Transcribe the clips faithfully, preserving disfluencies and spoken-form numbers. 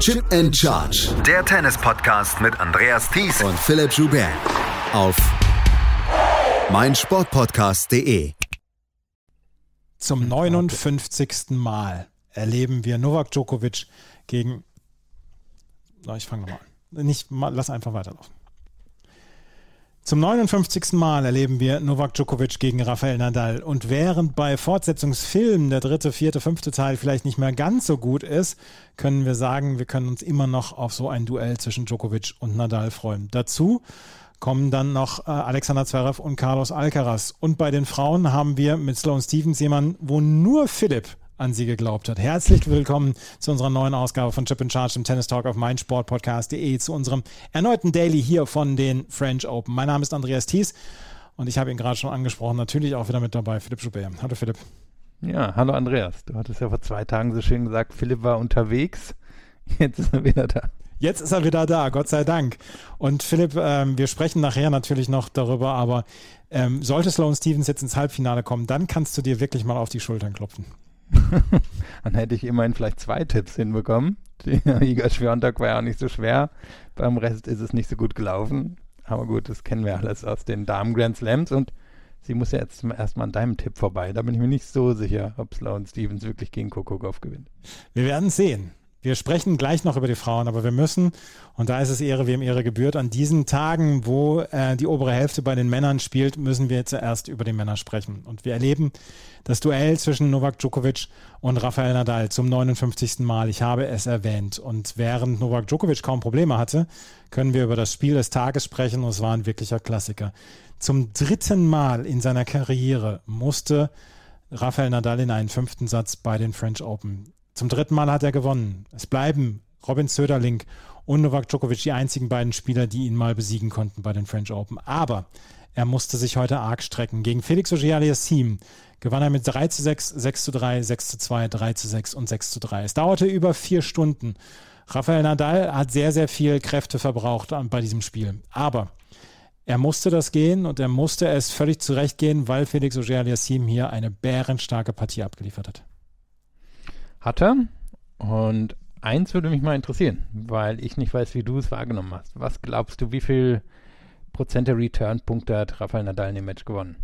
Chip and Charge. Der Tennis-Podcast mit Andreas Thies und Philipp Joubert. Auf meinsportpodcast punkt de. Zum neunundfünfzigsten Mal erleben wir Novak Djokovic gegen... Na, ich fange nochmal an. Nicht, lass einfach weiterlaufen. Zum neunundfünfzigsten Mal erleben wir Novak Djokovic gegen Rafael Nadal. Und während bei Fortsetzungsfilmen der dritte, vierte, fünfte Teil vielleicht nicht mehr ganz so gut ist, können wir sagen, wir können uns immer noch auf so ein Duell zwischen Djokovic und Nadal freuen. Dazu kommen dann noch äh, Alexander Zverev und Carlos Alcaraz. Und bei den Frauen haben wir mit Sloane Stephens jemanden, wo nur Philipp an sie geglaubt hat. Herzlich willkommen zu unserer neuen Ausgabe von Chip and Charge, dem Tennis Talk auf meinsportpodcast punkt de, zu unserem erneuten Daily hier von den French Open. Mein Name ist Andreas Thies und ich habe ihn gerade schon angesprochen, natürlich auch wieder mit dabei, Philipp Joubert. Hallo Philipp. Ja, hallo Andreas. Du hattest ja vor zwei Tagen so schön gesagt, Philipp war unterwegs. Jetzt ist er wieder da. Jetzt ist er wieder da, Gott sei Dank. Und Philipp, ähm, wir sprechen nachher natürlich noch darüber, aber ähm, sollte Sloane Stephens jetzt ins Halbfinale kommen, dann kannst du dir wirklich mal auf die Schultern klopfen. Dann hätte ich immerhin vielleicht zwei Tipps hinbekommen. Iga Swiatek war ja auch nicht so schwer. Beim Rest ist es nicht so gut gelaufen. Aber gut, das kennen wir alles aus den Damen-Grand Slams. Und sie muss ja jetzt erstmal an deinem Tipp vorbei. Da bin ich mir nicht so sicher, ob Sloane Stephens wirklich gegen Coco Gauff gewinnt. Wir werden es sehen. Wir sprechen gleich noch über die Frauen, aber wir müssen, und da ist es Ehre, wem Ehre gebührt, an diesen Tagen, wo äh, die obere Hälfte bei den Männern spielt, müssen wir zuerst über die Männer sprechen. Und wir erleben das Duell zwischen Novak Djokovic und Rafael Nadal zum neunundfünfzigsten Mal. Ich habe es erwähnt. Und während Novak Djokovic kaum Probleme hatte, können wir über das Spiel des Tages sprechen und es war ein wirklicher Klassiker. Zum dritten Mal in seiner Karriere musste Rafael Nadal in einen fünften Satz bei den French Open. Zum dritten Mal hat er gewonnen. Es bleiben Robin Söderling und Novak Djokovic die einzigen beiden Spieler, die ihn mal besiegen konnten bei den French Open. Aber er musste sich heute arg strecken. Gegen Felix Auger-Aliassime gewann er mit drei zu sechs, sechs zu drei, sechs zu zwei, drei zu sechs und sechs zu drei. Es dauerte über vier Stunden. Rafael Nadal hat sehr, sehr viel Kräfte verbraucht bei diesem Spiel. Aber er musste das gehen und er musste es völlig zurecht gehen, weil Felix Auger-Aliassime hier eine bärenstarke Partie abgeliefert hat. Hat er. Und eins würde mich mal interessieren, weil ich nicht weiß, wie du es wahrgenommen hast. Was glaubst du, wie viel Prozent der Return-Punkte hat Rafael Nadal in dem Match gewonnen?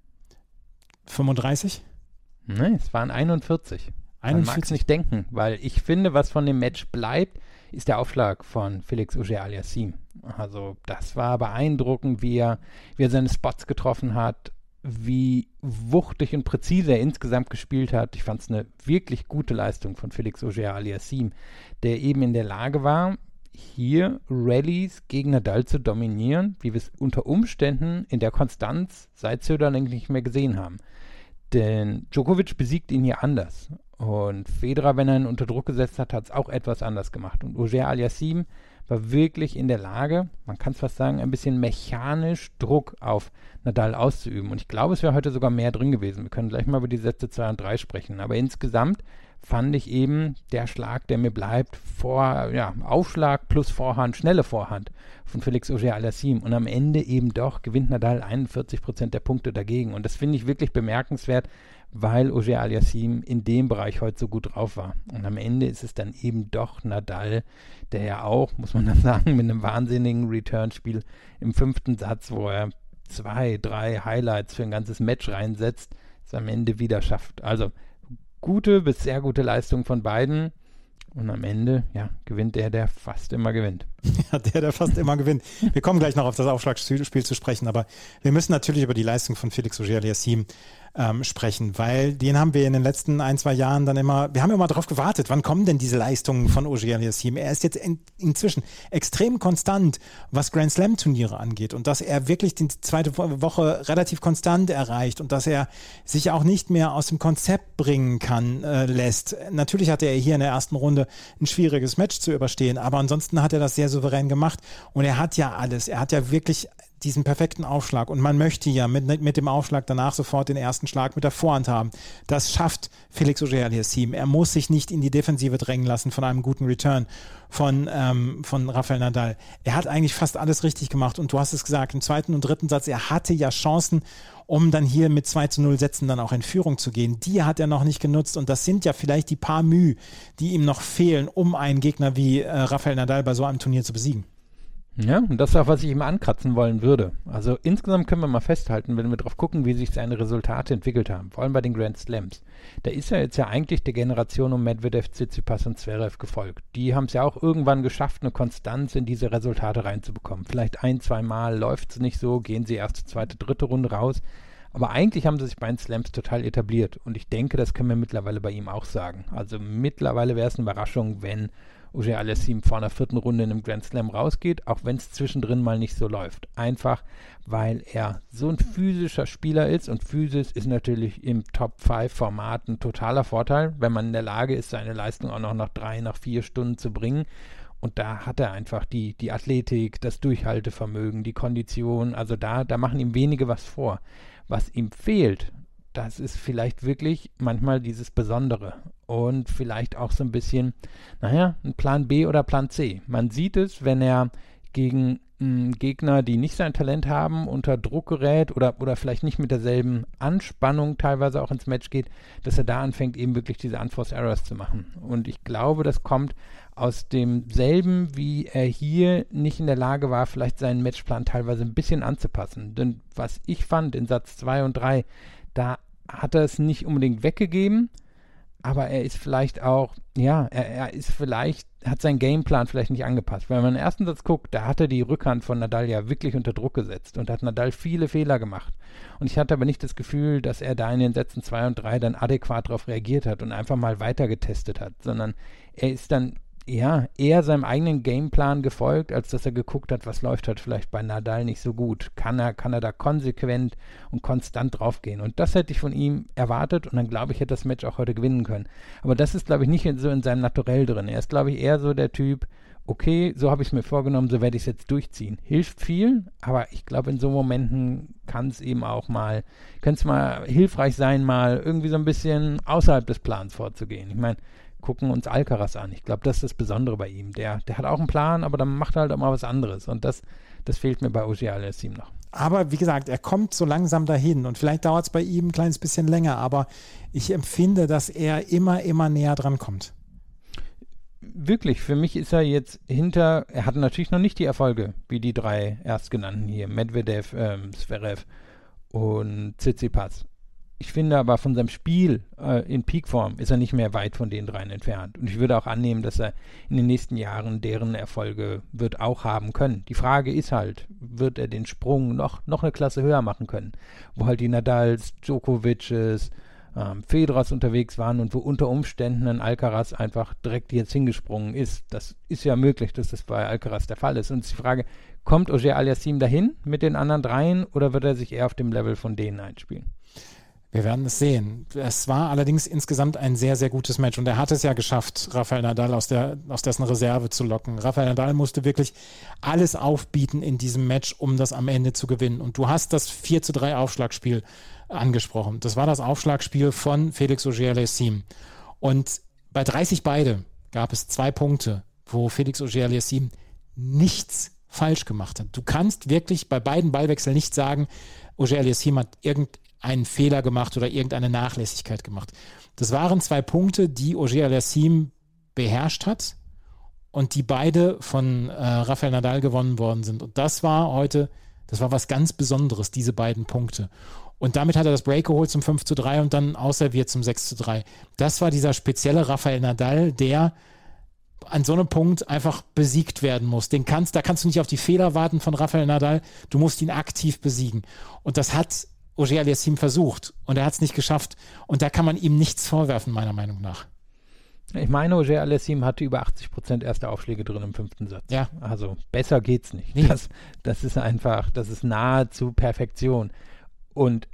fünfunddreißig? Nein, es waren einundvierzig. Man mag es nicht denken, weil ich finde, was von dem Match bleibt, ist der Aufschlag von Felix Auger-Aliassime. Also das war beeindruckend, wie er, wie er seine Spots getroffen hat, wie wuchtig und präzise er insgesamt gespielt hat. Ich fand es eine wirklich gute Leistung von Felix Auger-Aliassime, der eben in der Lage war, hier Rallyes gegen Nadal zu dominieren, wie wir es unter Umständen in der Konstanz seit Söderling nicht mehr gesehen haben. Denn Djokovic besiegt ihn hier anders. Und Federer, wenn er ihn unter Druck gesetzt hat, hat es auch etwas anders gemacht. Und Auger-Aliassime war wirklich in der Lage, man kann es fast sagen, ein bisschen mechanisch Druck auf Nadal auszuüben. Und ich glaube, es wäre heute sogar mehr drin gewesen. Wir können gleich mal über die Sätze zwei und drei sprechen. Aber insgesamt fand ich eben der Schlag, der mir bleibt, vor, ja, Aufschlag plus Vorhand, schnelle Vorhand von Felix Auger-Aliassime. Und am Ende eben doch gewinnt Nadal einundvierzig Prozent der Punkte dagegen. Und das finde ich wirklich bemerkenswert, weil Auger-Aliassime in dem Bereich heute so gut drauf war. Und am Ende ist es dann eben doch Nadal, der ja auch, muss man dann sagen, mit einem wahnsinnigen Return-Spiel im fünften Satz, wo er zwei, drei Highlights für ein ganzes Match reinsetzt, es am Ende wieder schafft. Also gute bis sehr gute Leistung von beiden. Und am Ende, ja, gewinnt der, der fast immer gewinnt. Ja, der, der fast immer gewinnt. Wir kommen gleich noch auf das Aufschlagspiel zu sprechen, aber wir müssen natürlich über die Leistung von Felix Auger-Aliassime ähm, sprechen, weil den haben wir in den letzten ein, zwei Jahren dann immer, wir haben immer darauf gewartet, wann kommen denn diese Leistungen von Auger-Aliassime? Er ist jetzt in, inzwischen extrem konstant, was Grand Slam Turniere angeht und dass er wirklich die zweite Woche relativ konstant erreicht und dass er sich auch nicht mehr aus dem Konzept bringen kann, äh, lässt. Natürlich hatte er hier in der ersten Runde ein schwieriges Match zu überstehen, aber ansonsten hat er das sehr souverän gemacht und er hat ja alles, er hat ja wirklich diesen perfekten Aufschlag und man möchte ja mit, mit dem Aufschlag danach sofort den ersten Schlag mit der Vorhand haben. Das schafft Felix Auger-Aliassime. Er muss sich nicht in die Defensive drängen lassen von einem guten Return von, ähm, von Rafael Nadal. Er hat eigentlich fast alles richtig gemacht und du hast es gesagt, im zweiten und dritten Satz, er hatte ja Chancen, um dann hier mit zwei zu null Sätzen dann auch in Führung zu gehen. Die hat er noch nicht genutzt und das sind ja vielleicht die paar Mühe, die ihm noch fehlen, um einen Gegner wie äh, Rafael Nadal bei so einem Turnier zu besiegen. Ja, und das ist auch, was ich ihm ankratzen wollen würde. Also insgesamt können wir mal festhalten, wenn wir drauf gucken, wie sich seine Resultate entwickelt haben, vor allem bei den Grand Slams. Da ist er jetzt ja eigentlich der Generation um Medvedev, Tsitsipas und Zverev gefolgt. Die haben es ja auch irgendwann geschafft, eine Konstanz in diese Resultate reinzubekommen. Vielleicht ein, zwei Mal läuft es nicht so, gehen sie erste, zweite, dritte Runde raus. Aber eigentlich haben sie sich bei den Slams total etabliert. Und ich denke, das können wir mittlerweile bei ihm auch sagen. Also mittlerweile wäre es eine Überraschung, wenn Auger-Aliassime vor einer vierten Runde in einem Grand Slam rausgeht, auch wenn es zwischendrin mal nicht so läuft. Einfach, weil er so ein physischer Spieler ist und Physis ist natürlich im Top fünf Format ein totaler Vorteil, wenn man in der Lage ist, seine Leistung auch noch nach drei, nach vier Stunden zu bringen. Und da hat er einfach die, die Athletik, das Durchhaltevermögen, die Kondition, also da, da machen ihm wenige was vor. Was ihm fehlt, das ist vielleicht wirklich manchmal dieses Besondere und vielleicht auch so ein bisschen, naja, ein Plan B oder Plan C. Man sieht es, wenn er gegen mh, Gegner, die nicht sein Talent haben, unter Druck gerät oder, oder vielleicht nicht mit derselben Anspannung teilweise auch ins Match geht, dass er da anfängt, eben wirklich diese Unforced Errors zu machen. Und ich glaube, das kommt aus demselben, wie er hier nicht in der Lage war, vielleicht seinen Matchplan teilweise ein bisschen anzupassen. Denn was ich fand in Satz zwei und drei, da hat er es nicht unbedingt weggegeben, aber er ist vielleicht auch, ja, er, er ist vielleicht, hat seinen Gameplan vielleicht nicht angepasst. Wenn man den ersten Satz guckt, da hat er die Rückhand von Nadal ja wirklich unter Druck gesetzt und hat Nadal viele Fehler gemacht. Und ich hatte aber nicht das Gefühl, dass er da in den Sätzen zwei und drei dann adäquat darauf reagiert hat und einfach mal weiter getestet hat, sondern er ist dann ja, eher seinem eigenen Gameplan gefolgt, als dass er geguckt hat, was läuft halt vielleicht bei Nadal nicht so gut. Kann er, kann er da konsequent und konstant draufgehen? Und das hätte ich von ihm erwartet und dann glaube ich, hätte das Match auch heute gewinnen können. Aber das ist, glaube ich, nicht so in seinem Naturell drin. Er ist, glaube ich, eher so der Typ, okay, so habe ich es mir vorgenommen, so werde ich es jetzt durchziehen. Hilft viel, aber ich glaube, in so Momenten kann es eben auch mal, könnte es mal hilfreich sein, mal irgendwie so ein bisschen außerhalb des Plans vorzugehen. Ich meine, gucken uns Alcaraz an. Ich glaube, das ist das Besondere bei ihm. Der, der hat auch einen Plan, aber dann macht er halt auch mal was anderes. Und das, das fehlt mir bei Auger-Aliassime noch. Aber wie gesagt, er kommt so langsam dahin und vielleicht dauert es bei ihm ein kleines bisschen länger, aber ich empfinde, dass er immer, immer näher dran kommt. Wirklich, für mich ist er jetzt hinter, er hat natürlich noch nicht die Erfolge, wie die drei Erstgenannten hier, Medvedev, ähm, Zverev und Tsitsipas. Ich finde aber von seinem Spiel äh, in Peakform ist er nicht mehr weit von den dreien entfernt. Und ich würde auch annehmen, dass er in den nächsten Jahren deren Erfolge wird auch haben können. Die Frage ist halt, wird er den Sprung noch, noch eine Klasse höher machen können? Wo halt die Nadals, Djokovic's, ähm, Federers unterwegs waren und wo unter Umständen ein Alcaraz einfach direkt jetzt hingesprungen ist. Das ist ja möglich, dass das bei Alcaraz der Fall ist. Und es ist die Frage, kommt Auger-Aliassime dahin mit den anderen dreien oder wird er sich eher auf dem Level von denen einspielen? Wir werden es sehen. Es war allerdings insgesamt ein sehr, sehr gutes Match und er hat es ja geschafft, Rafael Nadal aus, der, aus dessen Reserve zu locken. Rafael Nadal musste wirklich alles aufbieten in diesem Match, um das am Ende zu gewinnen. Und du hast das vier zu drei Aufschlagspiel angesprochen. Das war das Aufschlagspiel von Felix Auger-Aliassime. Und bei dreißig beide gab es zwei Punkte, wo Felix Auger-Aliassime nichts falsch gemacht hat. Du kannst wirklich bei beiden Ballwechseln nicht sagen, Auger-Aliassime hat irgendein einen Fehler gemacht oder irgendeine Nachlässigkeit gemacht. Das waren zwei Punkte, die Auger-Aliassime beherrscht hat und die beide von äh, Rafael Nadal gewonnen worden sind. Und das war heute, das war was ganz Besonderes, diese beiden Punkte. Und damit hat er das Break geholt zum fünf zu drei und dann ausserviert zum sechs zu drei. Das war dieser spezielle Rafael Nadal, der an so einem Punkt einfach besiegt werden muss. Den kannst, da kannst du nicht auf die Fehler warten von Rafael Nadal, du musst ihn aktiv besiegen. Und das hat Auger-Aliassime versucht und er hat es nicht geschafft. Und da kann man ihm nichts vorwerfen, meiner Meinung nach. Ich meine, Auger-Aliassime hatte über achtzig Prozent erste Aufschläge drin im fünften Satz. Ja. Also besser geht's nicht. Nee. Das, das ist einfach, das ist nahezu Perfektion. Und er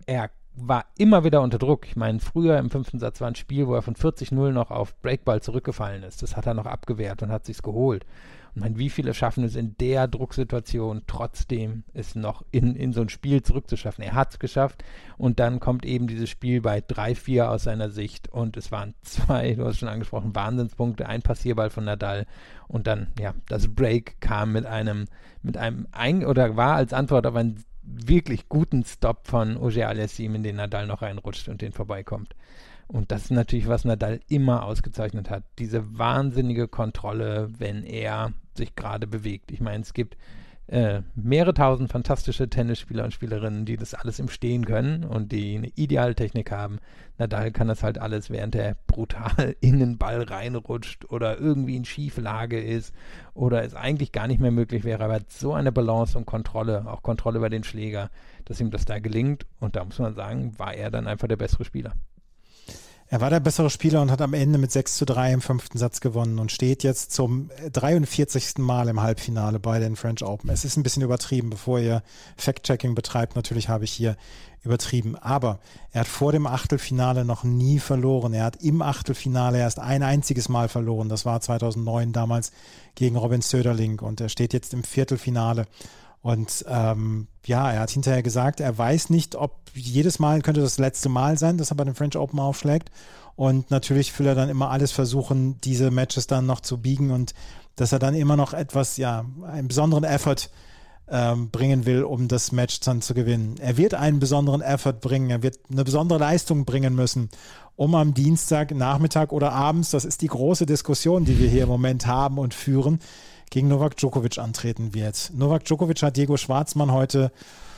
war immer wieder unter Druck. Ich meine, früher im fünften Satz war ein Spiel, wo er von vierzig null noch auf Breakball zurückgefallen ist. Das hat er noch abgewehrt und hat sich's geholt. Und ich meine, wie viele schaffen es in der Drucksituation trotzdem, es noch in, in so ein Spiel zurückzuschaffen? Er hat es geschafft und dann kommt eben dieses Spiel bei drei vier aus seiner Sicht und es waren zwei, du hast schon angesprochen, Wahnsinnspunkte, ein Passierball von Nadal und dann, ja, das Break kam mit einem, mit einem, ein, oder war als Antwort auf einen wirklich guten Stop von Auger-Aliassime, in den Nadal noch reinrutscht und den vorbeikommt. Und das ist natürlich, was Nadal immer ausgezeichnet hat. Diese wahnsinnige Kontrolle, wenn er sich gerade bewegt. Ich meine, es gibt äh, mehrere tausend fantastische Tennisspieler und Spielerinnen, die das alles im Stehen können und die eine ideale Technik haben. Nadal kann das halt alles, während er brutal in den Ball reinrutscht oder irgendwie in Schieflage ist oder es eigentlich gar nicht mehr möglich wäre. Aber er hat so eine Balance und Kontrolle, auch Kontrolle über den Schläger, dass ihm das da gelingt. Und da muss man sagen, war er dann einfach der bessere Spieler. Er war der bessere Spieler und hat am Ende mit sechs zu drei im fünften Satz gewonnen und steht jetzt zum dreiundvierzigsten Mal im Halbfinale bei den French Open. Es ist ein bisschen übertrieben, bevor ihr Fact-Checking betreibt. Natürlich habe ich hier übertrieben. Aber er hat vor dem Achtelfinale noch nie verloren. Er hat im Achtelfinale erst ein einziges Mal verloren. Das war zweitausendneun damals gegen Robin Söderling und er steht jetzt im Viertelfinale. Und ähm, ja, er hat hinterher gesagt, er weiß nicht, ob jedes Mal könnte das letzte Mal sein, dass er bei den French Open aufschlägt. Und natürlich will er dann immer alles versuchen, diese Matches dann noch zu biegen und dass er dann immer noch etwas, ja, einen besonderen Effort ähm, bringen will, um das Match dann zu gewinnen. Er wird einen besonderen Effort bringen, er wird eine besondere Leistung bringen müssen, um am Dienstag, Nachmittag oder abends, das ist die große Diskussion, die wir hier im Moment haben und führen, gegen Novak Djokovic antreten wird. Novak Djokovic hat Diego Schwartzmann heute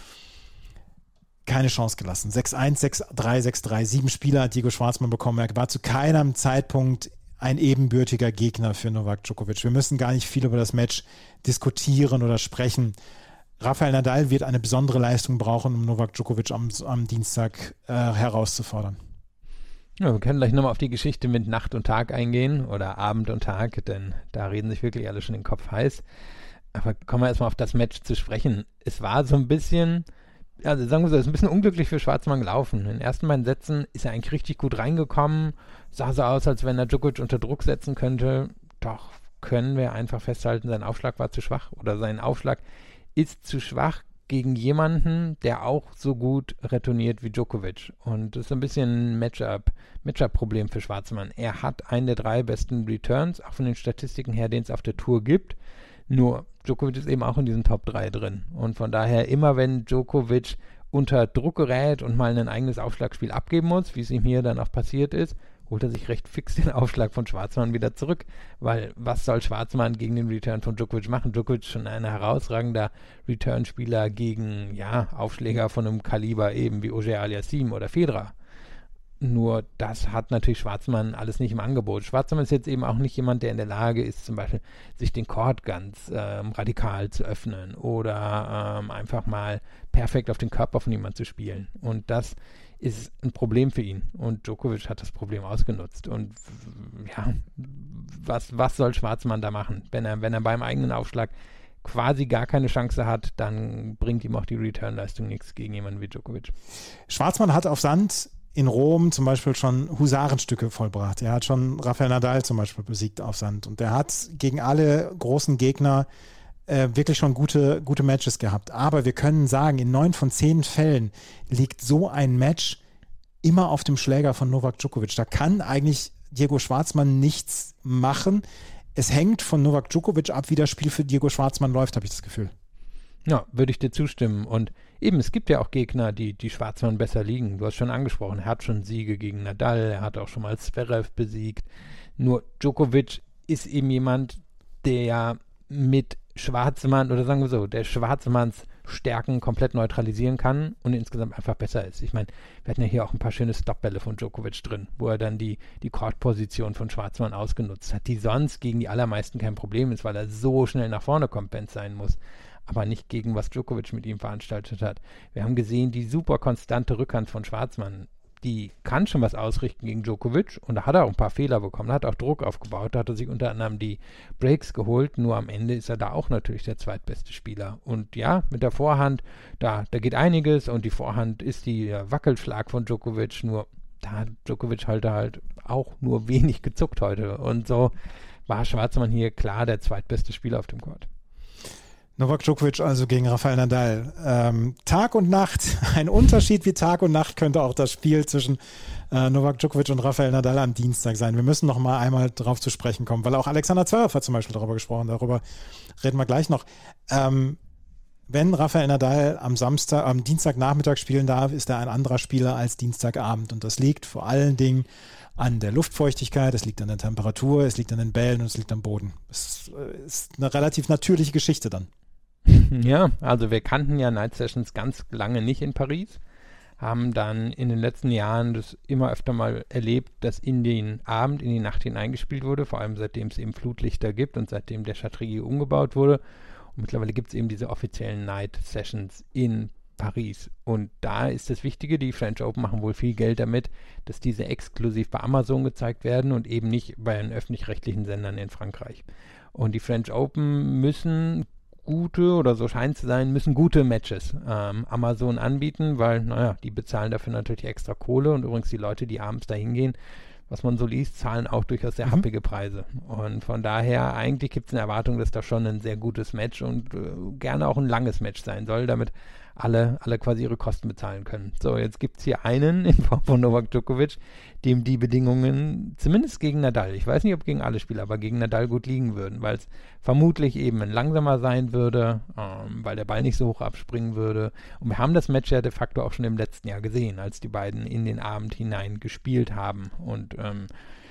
keine Chance gelassen. sechs eins, sechs drei, sechs drei, sieben Spieler hat Diego Schwartzmann bekommen. Er war zu keinem Zeitpunkt ein ebenbürtiger Gegner für Novak Djokovic. Wir müssen gar nicht viel über das Match diskutieren oder sprechen. Rafael Nadal wird eine besondere Leistung brauchen, um Novak Djokovic am, am Dienstag äh, herauszufordern. Ja, wir können gleich nochmal auf die Geschichte mit Nacht und Tag eingehen oder Abend und Tag, denn da reden sich wirklich alle schon den Kopf heiß. Aber kommen wir erstmal auf das Match zu sprechen. Es war so ein bisschen, also sagen wir so, es ist ein bisschen unglücklich für Schwartzmann gelaufen. In den ersten beiden Sätzen ist er eigentlich richtig gut reingekommen, sah so aus, als wenn er Djokovic unter Druck setzen könnte. Doch können wir einfach festhalten, sein Aufschlag war zu schwach oder sein Aufschlag ist zu schwach gegen jemanden, der auch so gut retourniert wie Djokovic. Und das ist ein bisschen ein Matchup, Matchup-Problem für Schwartzmann. Er hat einen der drei besten Returns, auch von den Statistiken her, den es auf der Tour gibt. Nur Djokovic ist eben auch in diesen Top drei drin. Und von daher, immer wenn Djokovic unter Druck gerät und mal ein eigenes Aufschlagspiel abgeben muss, wie es ihm hier dann auch passiert ist, holt er sich recht fix den Aufschlag von Schwartzmann wieder zurück, weil was soll Schwartzmann gegen den Return von Djokovic machen? Djokovic schon ein herausragender Return-Spieler gegen, ja, Aufschläger von einem Kaliber eben wie Auger-Aliassime oder Federer. Nur das hat natürlich Schwartzmann alles nicht im Angebot. Schwartzmann ist jetzt eben auch nicht jemand, der in der Lage ist, zum Beispiel sich den Court ganz ähm, radikal zu öffnen oder ähm, einfach mal perfekt auf den Körper von jemandem zu spielen. Und das ist ein Problem für ihn. Und Djokovic hat das Problem ausgenutzt. Und ja, was, was soll Schwartzmann da machen? Wenn er, wenn er beim eigenen Aufschlag quasi gar keine Chance hat, dann bringt ihm auch die Return-Leistung nichts gegen jemanden wie Djokovic. Schwartzmann hat auf Sand in Rom zum Beispiel schon Husarenstücke vollbracht. Er hat schon Rafael Nadal zum Beispiel besiegt auf Sand. Und er hat gegen alle großen Gegner äh, wirklich schon gute, gute Matches gehabt. Aber wir können sagen, in neun von zehn Fällen liegt so ein Match immer auf dem Schläger von Novak Djokovic. Da kann eigentlich Diego Schwartzmann nichts machen. Es hängt von Novak Djokovic ab, wie das Spiel für Diego Schwartzmann läuft, habe ich das Gefühl. Ja, würde ich dir zustimmen. Und eben, es gibt ja auch Gegner, die, die Schwartzmann besser liegen. Du hast schon angesprochen, er hat schon Siege gegen Nadal, er hat auch schon mal Zverev besiegt. Nur Djokovic ist eben jemand, der mit Schwartzmann, oder sagen wir so, der Schwartzmanns Stärken komplett neutralisieren kann und insgesamt einfach besser ist. Ich meine, wir hatten ja hier auch ein paar schöne Stopbälle von Djokovic drin, wo er dann die, die Court-Position von Schwartzmann ausgenutzt hat, die sonst gegen die allermeisten kein Problem ist, weil er so schnell nach vorne kommt, wenn es sein muss. Aber nicht gegen was Djokovic mit ihm veranstaltet hat. Wir haben gesehen, die super konstante Rückhand von Schwartzmann. die kann schon was ausrichten gegen Djokovic und da hat er auch ein paar Fehler bekommen, da hat auch Druck aufgebaut, da hat er sich unter anderem die Breaks geholt, nur am Ende ist er da auch natürlich der zweitbeste Spieler. Und ja, mit der Vorhand, da, da geht einiges und die Vorhand ist die der Wackelschlag von Djokovic, nur da hat Djokovic halt, halt auch nur wenig gezuckt heute und so war Schwarzmann hier klar der zweitbeste Spieler auf dem Court. Novak Djokovic also gegen Rafael Nadal. Ähm, Tag und Nacht, ein Unterschied wie Tag und Nacht könnte auch das Spiel zwischen äh, Novak Djokovic und Rafael Nadal am Dienstag sein. Wir müssen noch mal einmal drauf zu sprechen kommen, weil auch Alexander Zverev hat zum Beispiel darüber gesprochen, darüber reden wir gleich noch. Ähm, wenn Rafael Nadal am Samstag, am Dienstagnachmittag spielen darf, ist er ein anderer Spieler als Dienstagabend und das liegt vor allen Dingen an der Luftfeuchtigkeit, es liegt an der Temperatur, es liegt an den Bällen und es liegt am Boden. Es ist eine relativ natürliche Geschichte dann. Ja, also wir kannten ja Night Sessions ganz lange nicht in Paris, haben dann in den letzten Jahren das immer öfter mal erlebt, dass in den Abend, in die Nacht hineingespielt wurde, vor allem seitdem es eben Flutlichter gibt und seitdem der Chatrier umgebaut wurde. Und mittlerweile gibt es eben diese offiziellen Night Sessions in Paris. Und da ist das Wichtige, die French Open machen wohl viel Geld damit, dass diese exklusiv bei Amazon gezeigt werden und eben nicht bei den öffentlich-rechtlichen Sendern in Frankreich. Und die French Open müssen gute, oder so scheint es zu sein, müssen gute Matches ähm, Amazon anbieten, weil, naja, die bezahlen dafür natürlich extra Kohle und übrigens die Leute, die abends da hingehen, was man so liest, zahlen auch durchaus sehr mhm. happige Preise. Und von daher, eigentlich gibt es eine Erwartung, dass da schon ein sehr gutes Match und äh, gerne auch ein langes Match sein soll, damit alle, alle quasi ihre Kosten bezahlen können. So, jetzt gibt es hier einen in Form von Novak Djokovic, dem die Bedingungen, zumindest gegen Nadal, ich weiß nicht, ob gegen alle Spieler, aber gegen Nadal gut liegen würden, weil es vermutlich eben ein langsamer sein würde, ähm, weil der Ball nicht so hoch abspringen würde. Und wir haben das Match ja de facto auch schon im letzten Jahr gesehen, als die beiden in den Abend hinein gespielt haben. Und ähm,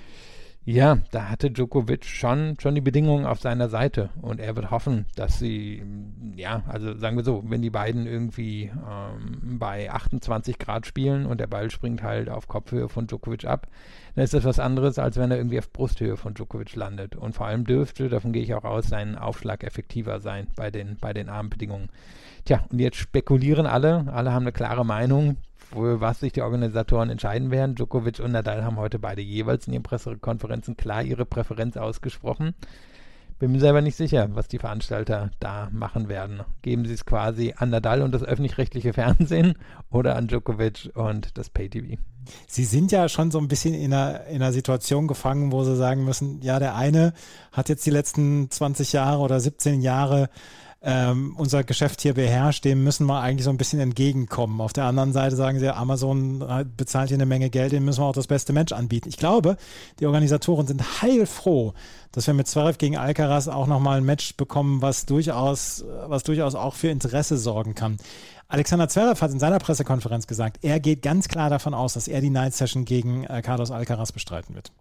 ja, da hatte Djokovic schon, schon die Bedingungen auf seiner Seite und er wird hoffen, dass sie, ja, also sagen wir so, wenn die beiden irgendwie ähm, bei achtundzwanzig Grad spielen und der Ball springt halt auf Kopfhöhe von Djokovic ab, dann ist das was anderes, als wenn er irgendwie auf Brusthöhe von Djokovic landet. Und vor allem dürfte, davon gehe ich auch aus, sein Aufschlag effektiver sein bei den, bei den Abendbedingungen. Tja, und jetzt spekulieren alle, alle haben eine klare Meinung, für was sich die Organisatoren entscheiden werden. Djokovic und Nadal haben heute beide jeweils in ihren Pressekonferenzen klar ihre Präferenz ausgesprochen. Bin mir selber nicht sicher, was die Veranstalter da machen werden. Geben sie es quasi an Nadal und das öffentlich-rechtliche Fernsehen oder an Djokovic und das Pay-T V? Sie sind ja schon so ein bisschen in einer, in einer Situation gefangen, wo sie sagen müssen, ja, der eine hat jetzt die letzten zwanzig Jahre oder siebzehn Jahre Ähm, unser Geschäft hier beherrscht, dem müssen wir eigentlich so ein bisschen entgegenkommen. Auf der anderen Seite sagen sie, Amazon bezahlt hier eine Menge Geld, dem müssen wir auch das beste Match anbieten. Ich glaube, die Organisatoren sind heilfroh, dass wir mit Zverev gegen Alcaraz auch nochmal ein Match bekommen, was durchaus, was durchaus auch für Interesse sorgen kann. Alexander Zverev hat in seiner Pressekonferenz gesagt, er geht ganz klar davon aus, dass er die Night Session gegen äh, Carlos Alcaraz bestreiten wird.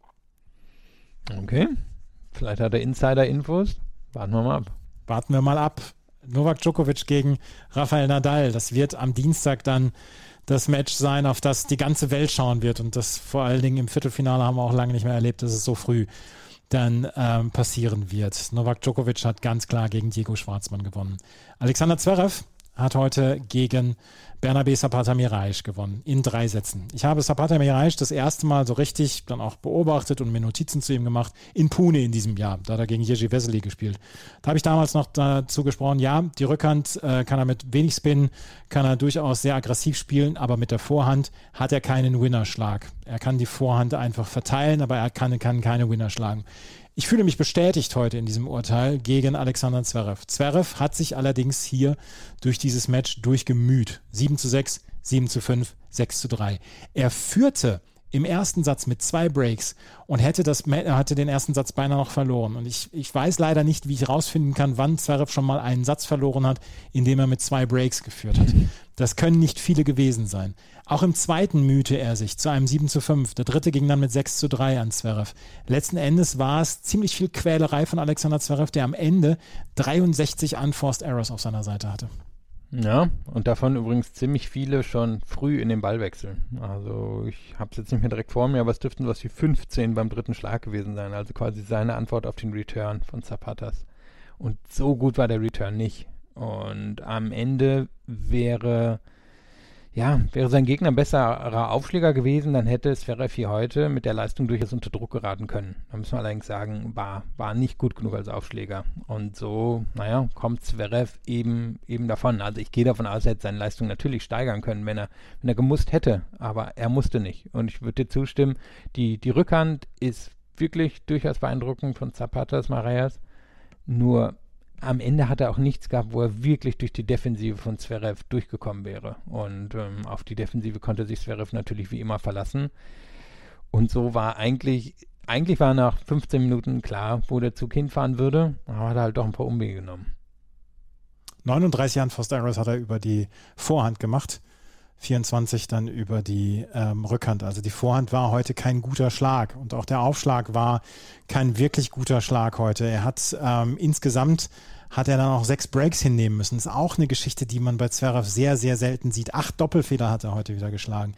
Okay, vielleicht hat er Insider-Infos. Warten wir mal ab. Warten wir mal ab. Novak Djokovic gegen Rafael Nadal. Das wird am Dienstag dann das Match sein, auf das die ganze Welt schauen wird. Und das vor allen Dingen im Viertelfinale haben wir auch lange nicht mehr erlebt, dass es so früh dann ähm, passieren wird. Novak Djokovic hat ganz klar gegen Diego Schwartzmann gewonnen. Alexander Zverev hat heute gegen Bernabé Zapata Miralles gewonnen, in drei Sätzen. Ich habe Zapata Miralles das erste Mal so richtig dann auch beobachtet und mir Notizen zu ihm gemacht, in Pune in diesem Jahr. Da hat er gegen Jerzy Vesely gespielt. Da habe ich damals noch dazu gesprochen, ja, die Rückhand äh, kann er mit wenig Spin, kann er durchaus sehr aggressiv spielen, aber mit der Vorhand hat er keinen Winnerschlag. Er kann die Vorhand einfach verteilen, aber er kann, kann keine Winner schlagen. Ich fühle mich bestätigt heute in diesem Urteil gegen Alexander Zverev. Zverev hat sich allerdings hier durch dieses Match durchgemüht. sieben zu sechs, sieben zu fünf, sechs zu drei. Er führte im ersten Satz mit zwei Breaks und hätte, das, hatte den ersten Satz beinahe noch verloren. Und ich, ich weiß leider nicht, wie ich rausfinden kann, wann Zverev schon mal einen Satz verloren hat, indem er mit zwei Breaks geführt hat. Das können nicht viele gewesen sein. Auch im zweiten mühte er sich zu einem sieben zu fünf. Der dritte ging dann mit sechs zu drei an Zverev. Letzten Endes war es ziemlich viel Quälerei von Alexander Zverev, der am Ende dreiundsechzig Unforced Errors auf seiner Seite hatte. Ja, und davon übrigens ziemlich viele schon früh in den Ballwechsel. Also ich habe es jetzt nicht mehr direkt vor mir, aber es dürften was wie fünfzehn beim dritten Schlag gewesen sein. Also quasi seine Antwort auf den Return von Zapatas. Und so gut war der Return nicht. Und am Ende wäre, ja, wäre sein Gegner ein besserer Aufschläger gewesen, dann hätte Zverev hier heute mit der Leistung durchaus unter Druck geraten können. Da müssen wir allerdings sagen, war, war nicht gut genug als Aufschläger. Und so, naja, kommt Zverev eben, eben davon. Also ich gehe davon aus, er hätte seine Leistung natürlich steigern können, wenn er, wenn er gemusst hätte, aber er musste nicht. Und ich würde dir zustimmen, die, die Rückhand ist wirklich durchaus beeindruckend von Zapata Marais, nur am Ende hat er auch nichts gehabt, wo er wirklich durch die Defensive von Zverev durchgekommen wäre. Und ähm, auf die Defensive konnte sich Zverev natürlich wie immer verlassen. Und so war eigentlich, eigentlich war nach fünfzehn Minuten klar, wo der Zug hinfahren würde. Aber hat er halt doch ein paar Umwege genommen. neununddreißig Jahre Fosteros hat er über die Vorhand gemacht. vierundzwanzig dann über die ähm, Rückhand. Also die Vorhand war heute kein guter Schlag und auch der Aufschlag war kein wirklich guter Schlag heute. Er hat ähm, insgesamt hat er dann auch sechs Breaks hinnehmen müssen. Das ist auch eine Geschichte, die man bei Zverev sehr, sehr selten sieht. Acht Doppelfehler hat er heute wieder geschlagen.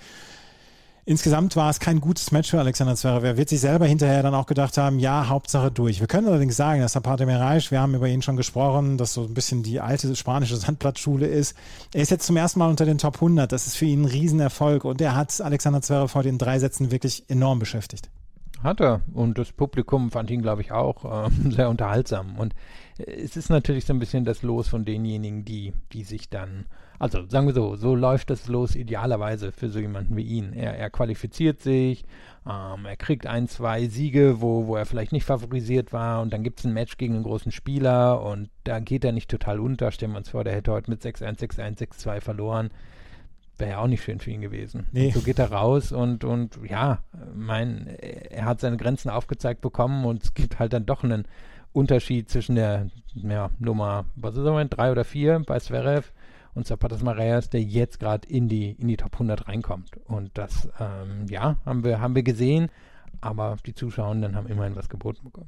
Insgesamt war es kein gutes Match für Alexander Zverev. Er wird sich selber hinterher dann auch gedacht haben, ja, Hauptsache durch. Wir können allerdings sagen, dass Zapata Marais, wir haben über ihn schon gesprochen, dass so ein bisschen die alte spanische Sandplatzschule ist. Er ist jetzt zum ersten Mal unter den Top hundert. Das ist für ihn ein Riesenerfolg und er hat Alexander Zverev heute in drei Sätzen wirklich enorm beschäftigt. Hat er. Und das Publikum fand ihn, glaube ich, auch äh, sehr unterhaltsam. Und äh, es ist natürlich so ein bisschen das Los von denjenigen, die, die sich dann, also sagen wir so, so läuft das Los idealerweise für so jemanden wie ihn. Er, er qualifiziert sich, ähm, er kriegt ein, zwei Siege, wo, wo er vielleicht nicht favorisiert war und dann gibt es ein Match gegen einen großen Spieler und da geht er nicht total unter. Stellen wir uns vor, der hätte heute mit sechs eins, sechs eins, sechs zwei verloren. Wäre ja auch nicht schön für ihn gewesen. Nee. So geht er raus und, und ja, mein, er hat seine Grenzen aufgezeigt bekommen und es gibt halt dann doch einen Unterschied zwischen der ja, Nummer, was ist er, drei oder vier bei Zverev und Zapata Marais, der jetzt gerade in die, in die Top hundert reinkommt. Und das, ähm, ja, haben wir, haben wir gesehen, aber die Zuschauenden haben immerhin was geboten bekommen.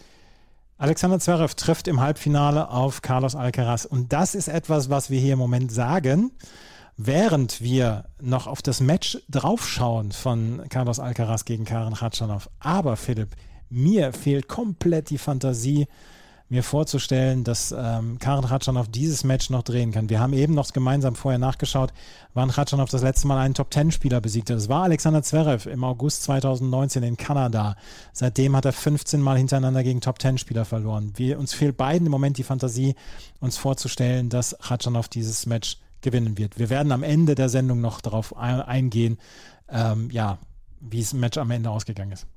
Alexander Zverev trifft im Halbfinale auf Carlos Alcaraz und das ist etwas, was wir hier im Moment sagen, während wir noch auf das Match draufschauen von Carlos Alcaraz gegen Karen Khachanov. Aber Philipp, mir fehlt komplett die Fantasie, mir vorzustellen, dass ähm, Karen Khachanov dieses Match noch drehen kann. Wir haben eben noch gemeinsam vorher nachgeschaut, wann Khachanov das letzte Mal einen Top-Zehn-Spieler besiegt hat. Das war Alexander Zverev im August zweitausendneunzehn in Kanada. Seitdem hat er fünfzehn Mal hintereinander gegen Top-Zehn-Spieler verloren. Wir, uns fehlt beiden im Moment die Fantasie, uns vorzustellen, dass Khachanov dieses Match gewinnen wird. Wir werden am Ende der Sendung noch darauf eingehen, ähm, ja, wie es im Match am Ende ausgegangen ist.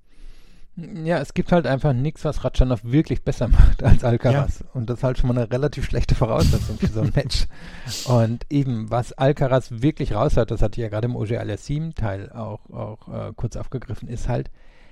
Ja, es gibt halt einfach nichts, was Khachanov wirklich besser macht als Alcaraz. Ja. Und das ist halt schon mal eine relativ schlechte Voraussetzung für so ein Match. Und eben, was Alcaraz wirklich raus hat, das hatte ich ja gerade im Auger Aliassime Teil auch, auch äh, kurz aufgegriffen, ist halt,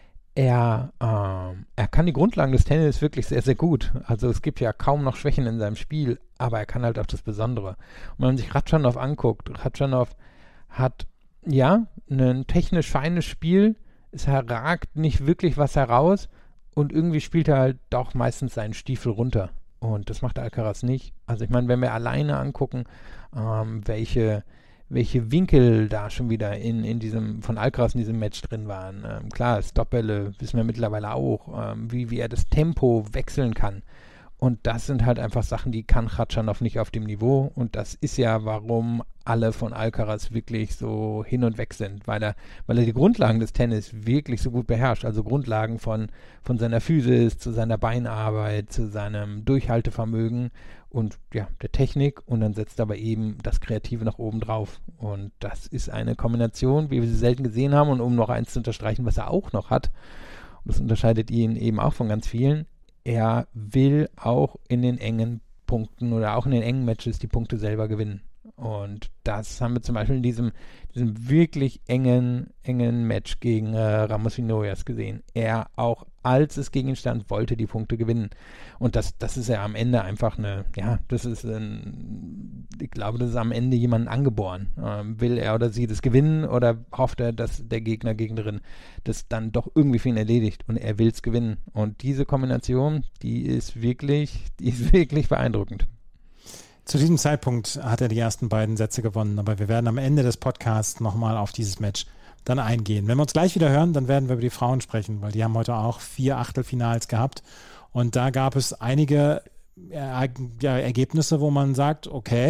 er, ähm, er kann die Grundlagen des Tennis wirklich sehr, sehr gut. Also es gibt ja kaum noch Schwächen in seinem Spiel, aber er kann halt auch das Besondere. Und wenn man sich Khachanov anguckt, Khachanov hat, ja, ein technisch feines Spiel, es ragt nicht wirklich was heraus und irgendwie spielt er halt doch meistens seinen Stiefel runter. Und das macht Alcaraz nicht. Also ich meine, wenn wir alleine angucken, ähm, welche welche Winkel da schon wieder in, in diesem, von Alcaraz in diesem Match drin waren. Ähm, klar, Stoppbälle wissen wir mittlerweile auch, ähm, wie, wie er das Tempo wechseln kann. Und das sind halt einfach Sachen, die kann Khachanov nicht auf dem Niveau. Und das ist ja, warum alle von Alcaraz wirklich so hin und weg sind, weil er, weil er die Grundlagen des Tennis wirklich so gut beherrscht. Also Grundlagen von, von seiner Physis zu seiner Beinarbeit, zu seinem Durchhaltevermögen und ja, der Technik. Und dann setzt aber eben das Kreative nach oben drauf. Und das ist eine Kombination, wie wir sie selten gesehen haben. Und um noch eins zu unterstreichen, was er auch noch hat, und das unterscheidet ihn eben auch von ganz vielen, er will auch in den engen Punkten oder auch in den engen Matches die Punkte selber gewinnen. Und das haben wir zum Beispiel in diesem, diesem wirklich engen, engen Match gegen äh, Ramos Vinolas gesehen. Er auch, als es gegen ihn stand, wollte die Punkte gewinnen. Und das, das ist ja am Ende einfach eine, ja, das ist ein, ich glaube, das ist am Ende jemand angeboren. Ähm, will er oder sie das gewinnen oder hofft er, dass der Gegner, Gegnerin das dann doch irgendwie für ihn erledigt und er will es gewinnen. Und diese Kombination, die ist wirklich, die ist wirklich beeindruckend. Zu diesem Zeitpunkt hat er die ersten beiden Sätze gewonnen, aber wir werden am Ende des Podcasts nochmal auf dieses Match dann eingehen. Wenn wir uns gleich wieder hören, dann werden wir über die Frauen sprechen, weil die haben heute auch vier Achtelfinals gehabt und da gab es einige äh, ja, Ergebnisse, wo man sagt, okay,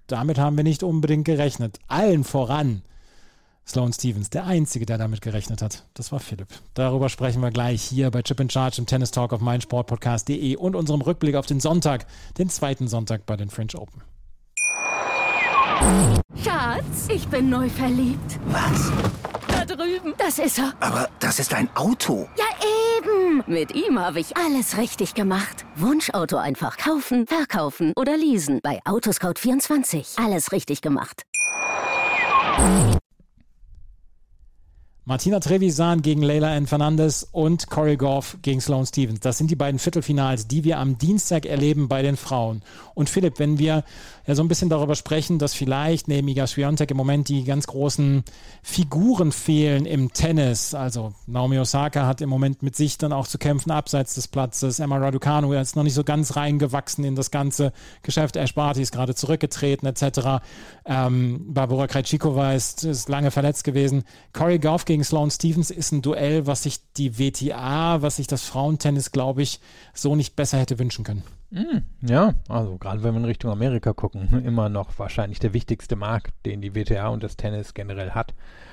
damit haben wir nicht unbedingt gerechnet. Allen voran Sloane Stephens, der Einzige, der damit gerechnet hat. Das war Philipp. Darüber sprechen wir gleich hier bei Chip and Charge im Tennis Talk auf meinsportpodcast punkt de und unserem Rückblick auf den Sonntag, den zweiten Sonntag bei den French Open. Schatz, ich bin neu verliebt. Was? Da drüben. Das ist er. Aber das ist ein Auto. Ja, eben. Mit ihm habe ich alles richtig gemacht. Wunschauto einfach kaufen, verkaufen oder leasen. Bei Autoscout vierundzwanzig. Alles richtig gemacht. Martina Trevisan gegen Leylah Ann Fernandez und Corey Goff gegen Sloane Stephens. Das sind die beiden Viertelfinals, die wir am Dienstag erleben bei den Frauen. Und Philipp, wenn wir ja so ein bisschen darüber sprechen, dass vielleicht neben Iga Swiatek im Moment die ganz großen Figuren fehlen im Tennis. Also Naomi Osaka hat im Moment mit sich dann auch zu kämpfen abseits des Platzes. Emma Raducanu ist noch nicht so ganz reingewachsen in das ganze Geschäft. Ash Barty ist gerade zurückgetreten et cetera. Ähm, Barbora Krejcikova ist, ist lange verletzt gewesen. Corey Goff gegen Sloane Stephens ist ein Duell, was sich die W T A, was sich das Frauentennis, glaube ich, so nicht besser hätte wünschen können. Ja, also gerade wenn wir in Richtung Amerika gucken, immer noch wahrscheinlich der wichtigste Markt, den die W T A und das Tennis generell hat.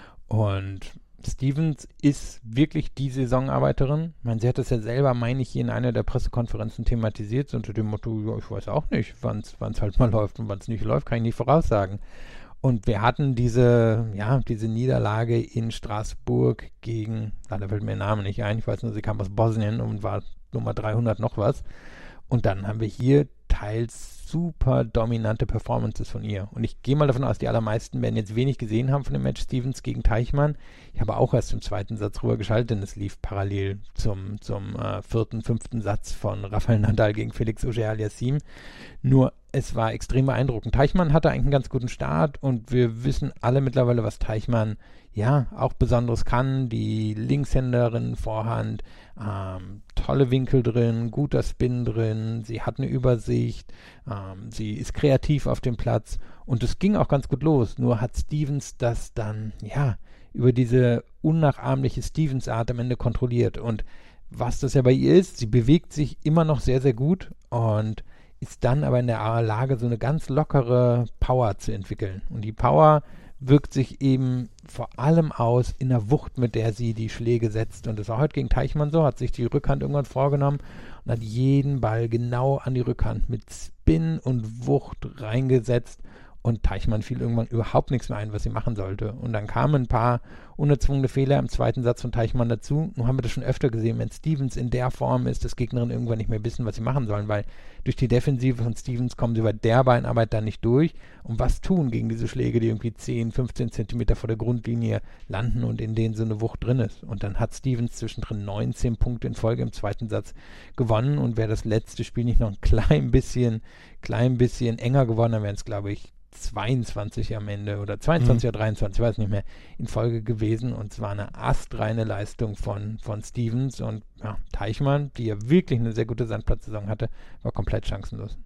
Und Stephens ist wirklich die Saisonarbeiterin. Ich meine, sie hat das ja selber, meine ich, in einer der Pressekonferenzen thematisiert, unter dem Motto, ja, ich weiß auch nicht, wann es halt mal läuft und wann es nicht läuft, kann ich nicht voraussagen. Und wir hatten diese, ja, diese Niederlage in Straßburg gegen, ah, da fällt mir der Name nicht ein, ich weiß nur, sie kam aus Bosnien und war Nummer dreihundert noch was. Und dann haben wir hier teils super dominante Performances von ihr. Und ich gehe mal davon aus, die allermeisten werden jetzt wenig gesehen haben von dem Match Stephens gegen Teichmann. Ich habe auch erst im zweiten Satz rüber geschaltet, denn es lief parallel zum, zum äh, vierten, fünften Satz von Rafael Nadal gegen Felix Auger-Aliassime. Nur es war extrem beeindruckend. Teichmann hatte eigentlich einen ganz guten Start und wir wissen alle mittlerweile, was Teichmann ja auch Besonderes kann. Die Linkshänderin Vorhand, ähm, tolle Winkel drin, guter Spin drin, sie hat eine Übersicht, ähm, sie ist kreativ auf dem Platz und es ging auch ganz gut los. Nur hat Stephens das dann, ja, über diese unnachahmliche Stephens-Art am Ende kontrolliert. Und was das ja bei ihr ist, sie bewegt sich immer noch sehr, sehr gut und ist dann aber in der Lage, so eine ganz lockere Power zu entwickeln. Und die Power wirkt sich eben vor allem aus in der Wucht, mit der sie die Schläge setzt. Und das war heute gegen Teichmann so, hat sich die Rückhand irgendwann vorgenommen und hat jeden Ball genau an die Rückhand mit Spin und Wucht reingesetzt. Und Teichmann fiel irgendwann überhaupt nichts mehr ein, was sie machen sollte. Und dann kamen ein paar unerzwungene Fehler im zweiten Satz von Teichmann dazu. Nun haben wir das schon öfter gesehen, wenn Stephens in der Form ist, dass Gegnerinnen irgendwann nicht mehr wissen, was sie machen sollen, weil durch die Defensive von Stephens kommen sie bei der Beinarbeit dann nicht durch. Und was tun gegen diese Schläge, die irgendwie zehn, fünfzehn Zentimeter vor der Grundlinie landen und in denen so eine Wucht drin ist. Und dann hat Stephens zwischendrin neunzehn Punkte in Folge im zweiten Satz gewonnen. Und wäre das letzte Spiel nicht noch ein klein bisschen, klein bisschen enger geworden, dann wären es, glaube ich, zweiundzwanzig am Ende oder zweiundzwanzig mhm. oder dreiundzwanzig, ich weiß nicht mehr, in Folge gewesen und es war eine astreine Leistung von, von Stephens und ja, Teichmann, die ja wirklich eine sehr gute Sandplatzsaison hatte, war komplett chancenlos.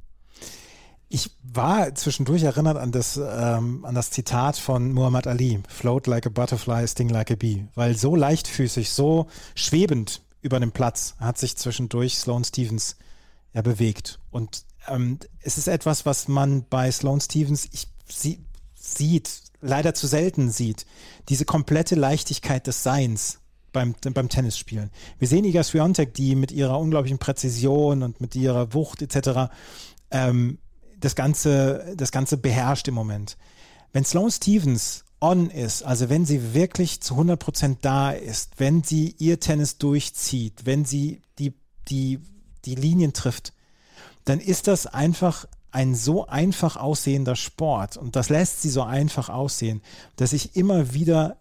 Ich war zwischendurch erinnert an das, ähm, an das Zitat von Muhammad Ali, float like a butterfly, sting like a bee, weil so leichtfüßig, so schwebend über dem Platz hat sich zwischendurch Sloane Stephens ja bewegt und Ähm, es ist etwas, was man bei Sloane Stephens ich, sie, sieht, leider zu selten sieht. Diese komplette Leichtigkeit des Seins beim, beim Tennisspielen. Wir sehen Iga Swiatek, die mit ihrer unglaublichen Präzision und mit ihrer Wucht et cetera ähm, das Ganze, das Ganze beherrscht im Moment. Wenn Sloane Stephens on ist, also wenn sie wirklich zu hundert Prozent da ist, wenn sie ihr Tennis durchzieht, wenn sie die, die, die Linien trifft, dann ist das einfach ein so einfach aussehender Sport und das lässt sie so einfach aussehen, dass ich immer wieder,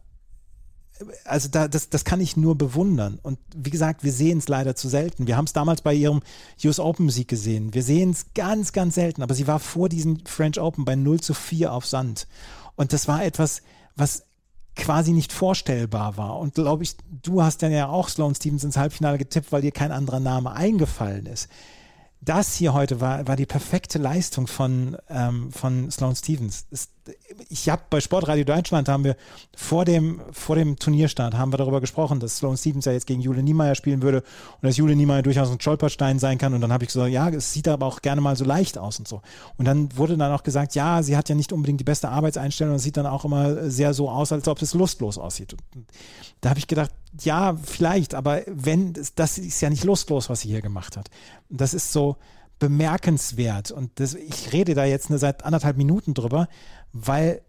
also da, das, das kann ich nur bewundern und wie gesagt, wir sehen es leider zu selten. Wir haben es damals bei ihrem U S Open Sieg gesehen, wir sehen es ganz, ganz selten, aber sie war vor diesem French Open bei null zu vier auf Sand und das war etwas, was quasi nicht vorstellbar war und glaube ich, du hast dann ja auch Sloane Stephens ins Halbfinale getippt, weil dir kein anderer Name eingefallen ist. das hier heute war, war die perfekte Leistung von, ähm, von Sloane Stephens. Es, ich habe bei Sportradio Deutschland haben wir vor dem, vor dem Turnierstart haben wir darüber gesprochen, dass Sloane Stephens ja jetzt gegen Jule Niemeyer spielen würde und dass Jule Niemeyer durchaus ein Stolperstein sein kann. Und dann habe ich gesagt, ja, es sieht aber auch gerne mal so leicht aus und so. Und dann wurde dann auch gesagt, ja, sie hat ja nicht unbedingt die beste Arbeitseinstellung, es sieht dann auch immer sehr so aus, als ob es lustlos aussieht. Und da habe ich gedacht, ja, vielleicht, aber wenn, das ist ja nicht lustlos, was sie hier gemacht hat. Das ist so bemerkenswert und das, ich rede da jetzt eine, seit anderthalb Minuten drüber, weil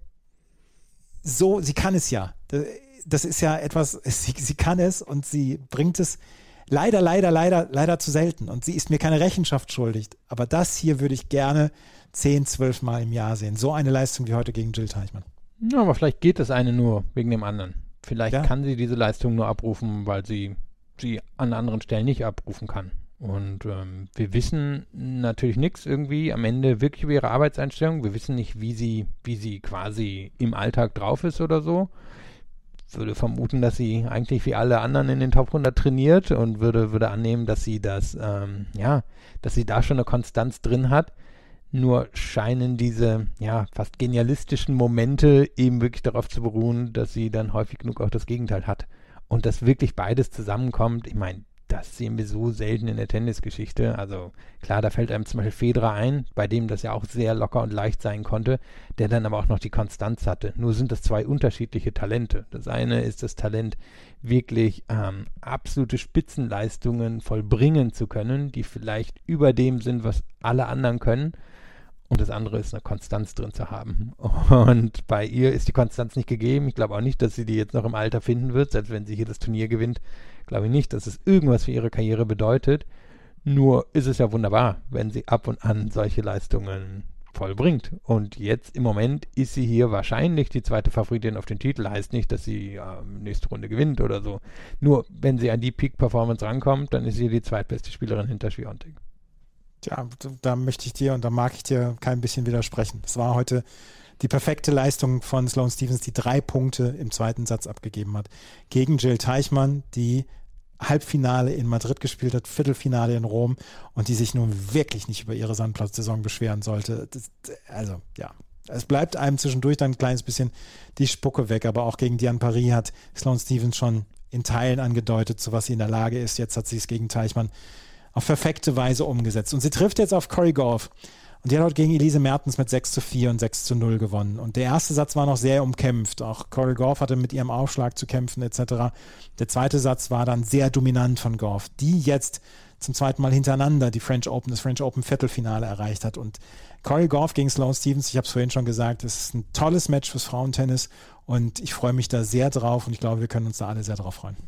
so, sie kann es ja. Das ist ja etwas, sie, sie kann es und sie bringt es leider, leider, leider, leider zu selten und sie ist mir keine Rechenschaft schuldig, aber das hier würde ich gerne zehn, zwölf Mal im Jahr sehen. So eine Leistung wie heute gegen Jill Teichmann. Ja, aber vielleicht geht das eine nur wegen dem anderen. Vielleicht ja. kann sie diese Leistung nur abrufen, weil sie sie an anderen Stellen nicht abrufen kann. Und ähm, wir wissen natürlich nichts irgendwie am Ende wirklich über ihre Arbeitseinstellung. Wir wissen nicht, wie sie, wie sie quasi im Alltag drauf ist oder so. Ich würde vermuten, dass sie eigentlich wie alle anderen in den Top hundert trainiert und würde, würde annehmen, dass sie das, ähm, ja, dass sie da schon eine Konstanz drin hat. Nur scheinen diese, ja, fast genialistischen Momente eben wirklich darauf zu beruhen, dass sie dann häufig genug auch das Gegenteil hat. Und dass wirklich beides zusammenkommt, ich meine, das sehen wir so selten in der Tennisgeschichte. Also klar, da fällt einem zum Beispiel Federer ein, bei dem das ja auch sehr locker und leicht sein konnte, der dann aber auch noch die Konstanz hatte. Nur sind das zwei unterschiedliche Talente. Das eine ist das Talent, wirklich ähm, absolute Spitzenleistungen vollbringen zu können, die vielleicht über dem sind, was alle anderen können. Und das andere ist, eine Konstanz drin zu haben. Und bei ihr ist die Konstanz nicht gegeben. Ich glaube auch nicht, dass sie die jetzt noch im Alter finden wird. Selbst wenn sie hier das Turnier gewinnt, glaube ich nicht, dass es irgendwas für ihre Karriere bedeutet. Nur ist es ja wunderbar, wenn sie ab und an solche Leistungen vollbringt. Und jetzt im Moment ist sie hier wahrscheinlich die zweite Favoritin auf den Titel. Heißt nicht, dass sie äh, nächste Runde gewinnt oder so. Nur wenn sie an die Peak-Performance rankommt, dann ist sie die zweitbeste Spielerin hinter Swiatek. Tja, da möchte ich dir und da mag ich dir kein bisschen widersprechen. Es war heute die perfekte Leistung von Sloane Stephens, die drei Punkte im zweiten Satz abgegeben hat. Gegen Jill Teichmann, die Halbfinale in Madrid gespielt hat, Viertelfinale in Rom und die sich nun wirklich nicht über ihre Sandplatzsaison beschweren sollte. Das, also, ja. Es bleibt einem zwischendurch dann ein kleines bisschen die Spucke weg, aber auch gegen Diane Paris hat Sloane Stephens schon in Teilen angedeutet, zu was sie in der Lage ist. Jetzt hat sie es gegen Teichmann auf perfekte Weise umgesetzt. Und sie trifft jetzt auf Corey Goff. Und die hat heute gegen Elise Mertens mit sechs zu vier und sechs zu null gewonnen. Und der erste Satz war noch sehr umkämpft. Auch Corey Goff hatte mit ihrem Aufschlag zu kämpfen et cetera. Der zweite Satz war dann sehr dominant von Goff, die jetzt zum zweiten Mal hintereinander die French Open, das French Open Viertelfinale erreicht hat. Und Corey Goff gegen Sloane Stephens, ich habe es vorhin schon gesagt, es ist ein tolles Match fürs Frauentennis. Und ich freue mich da sehr drauf und ich glaube, wir können uns da alle sehr drauf freuen.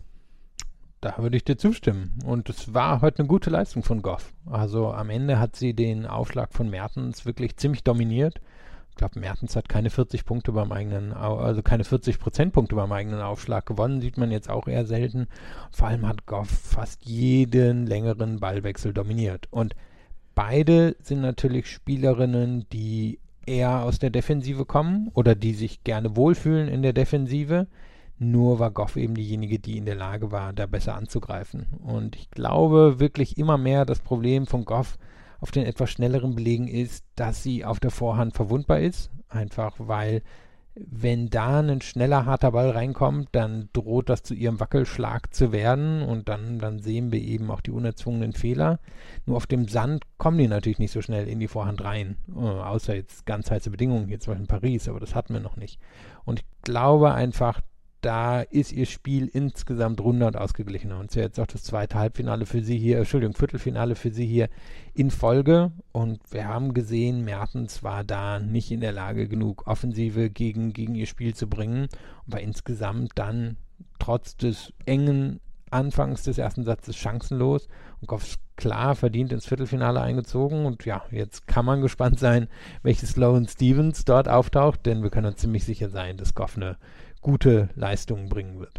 Da würde ich dir zustimmen. Und es war heute eine gute Leistung von Goff. Also am Ende hat sie den Aufschlag von Mertens wirklich ziemlich dominiert. Ich glaube, Mertens hat keine vierzig Punkte beim eigenen, also keine vierzig Prozentpunkte beim eigenen Aufschlag gewonnen. Sieht man jetzt auch eher selten. Vor allem hat Goff fast jeden längeren Ballwechsel dominiert. Und beide sind natürlich Spielerinnen, die eher aus der Defensive kommen oder die sich gerne wohlfühlen in der Defensive. Nur war Goff eben diejenige, die in der Lage war, da besser anzugreifen. Und ich glaube wirklich immer mehr, das Problem von Goff auf den etwas schnelleren Belegen ist, dass sie auf der Vorhand verwundbar ist. Einfach weil, wenn da ein schneller, harter Ball reinkommt, dann droht das zu ihrem Wackelschlag zu werden und dann, dann sehen wir eben auch die unerzwungenen Fehler. Nur auf dem Sand kommen die natürlich nicht so schnell in die Vorhand rein. Äh, außer jetzt ganz heiße Bedingungen, jetzt zum Beispiel in Paris, aber das hatten wir noch nicht. Und ich glaube einfach, da ist ihr Spiel insgesamt runder und ausgeglichener. Und es ist ja jetzt auch das zweite Halbfinale für sie hier, Entschuldigung, Viertelfinale für sie hier in Folge. Und wir haben gesehen, Mertens war da nicht in der Lage, genug Offensive gegen, gegen ihr Spiel zu bringen. Und war insgesamt dann trotz des engen Anfangs des ersten Satzes chancenlos. Und Goff klar verdient ins Viertelfinale eingezogen. Und ja, jetzt kann man gespannt sein, welches Sloane Stephens dort auftaucht. Denn wir können uns ziemlich sicher sein, dass Goff eine gute Leistungen bringen wird.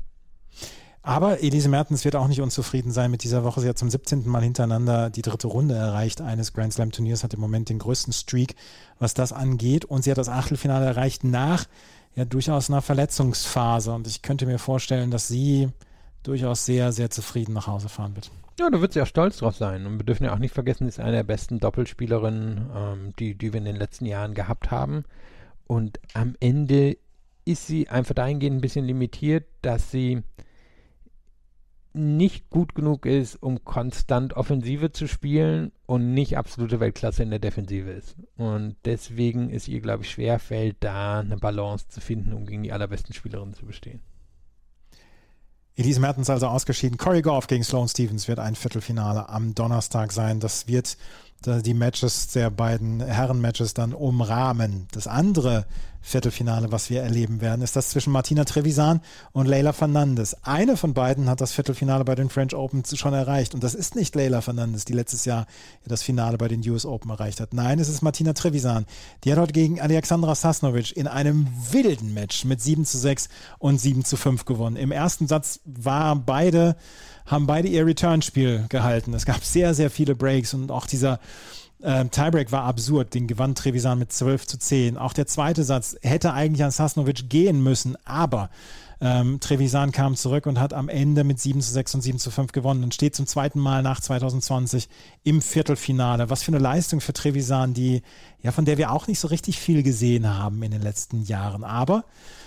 Aber Elise Mertens wird auch nicht unzufrieden sein mit dieser Woche. Sie hat zum siebzehnten Mal hintereinander die dritte Runde erreicht eines Grand Slam Turniers, hat im Moment den größten Streak, was das angeht. Und sie hat das Achtelfinale erreicht nach ja durchaus einer Verletzungsphase. Und ich könnte mir vorstellen, dass sie durchaus sehr, sehr zufrieden nach Hause fahren wird. Ja, da wird sie auch stolz drauf sein. Und wir dürfen ja auch nicht vergessen, sie ist eine der besten Doppelspielerinnen, ähm, die, die wir in den letzten Jahren gehabt haben. Und am Ende ist sie einfach dahingehend ein bisschen limitiert, dass sie nicht gut genug ist, um konstant Offensive zu spielen und nicht absolute Weltklasse in der Defensive ist. Und deswegen ist ihr, glaube ich, schwerfällt, da eine Balance zu finden, um gegen die allerbesten Spielerinnen zu bestehen. Elise Mertens also ausgeschieden. Corey Goff gegen Sloane Stephens wird ein Viertelfinale am Donnerstag sein. Das wird die Matches der beiden Herren-Matches dann umrahmen. Das andere Viertelfinale, was wir erleben werden, ist das zwischen Martina Trevisan und Leylah Fernandez. Eine von beiden hat das Viertelfinale bei den French Open schon erreicht. Und das ist nicht Leylah Fernandez, die letztes Jahr das Finale bei den U S Open erreicht hat. Nein, es ist Martina Trevisan. Die hat heute gegen Alexandra Sasnovic in einem wilden Match mit sieben zu sechs und sieben zu fünf gewonnen. Im ersten Satz war beide, haben beide ihr Return-Spiel gehalten. Es gab sehr, sehr viele Breaks und auch dieser Ähm, Tiebreak war absurd, den gewann Trevisan mit zwölf zu zehn. Auch der zweite Satz hätte eigentlich an Sasnovic gehen müssen, aber ähm, Trevisan kam zurück und hat am Ende mit sieben zu sechs und sieben zu fünf gewonnen und steht zum zweiten Mal nach zwanzig zwanzig im Viertelfinale. Was für eine Leistung für Trevisan, die, ja, von der wir auch nicht so richtig viel gesehen haben in den letzten Jahren, aber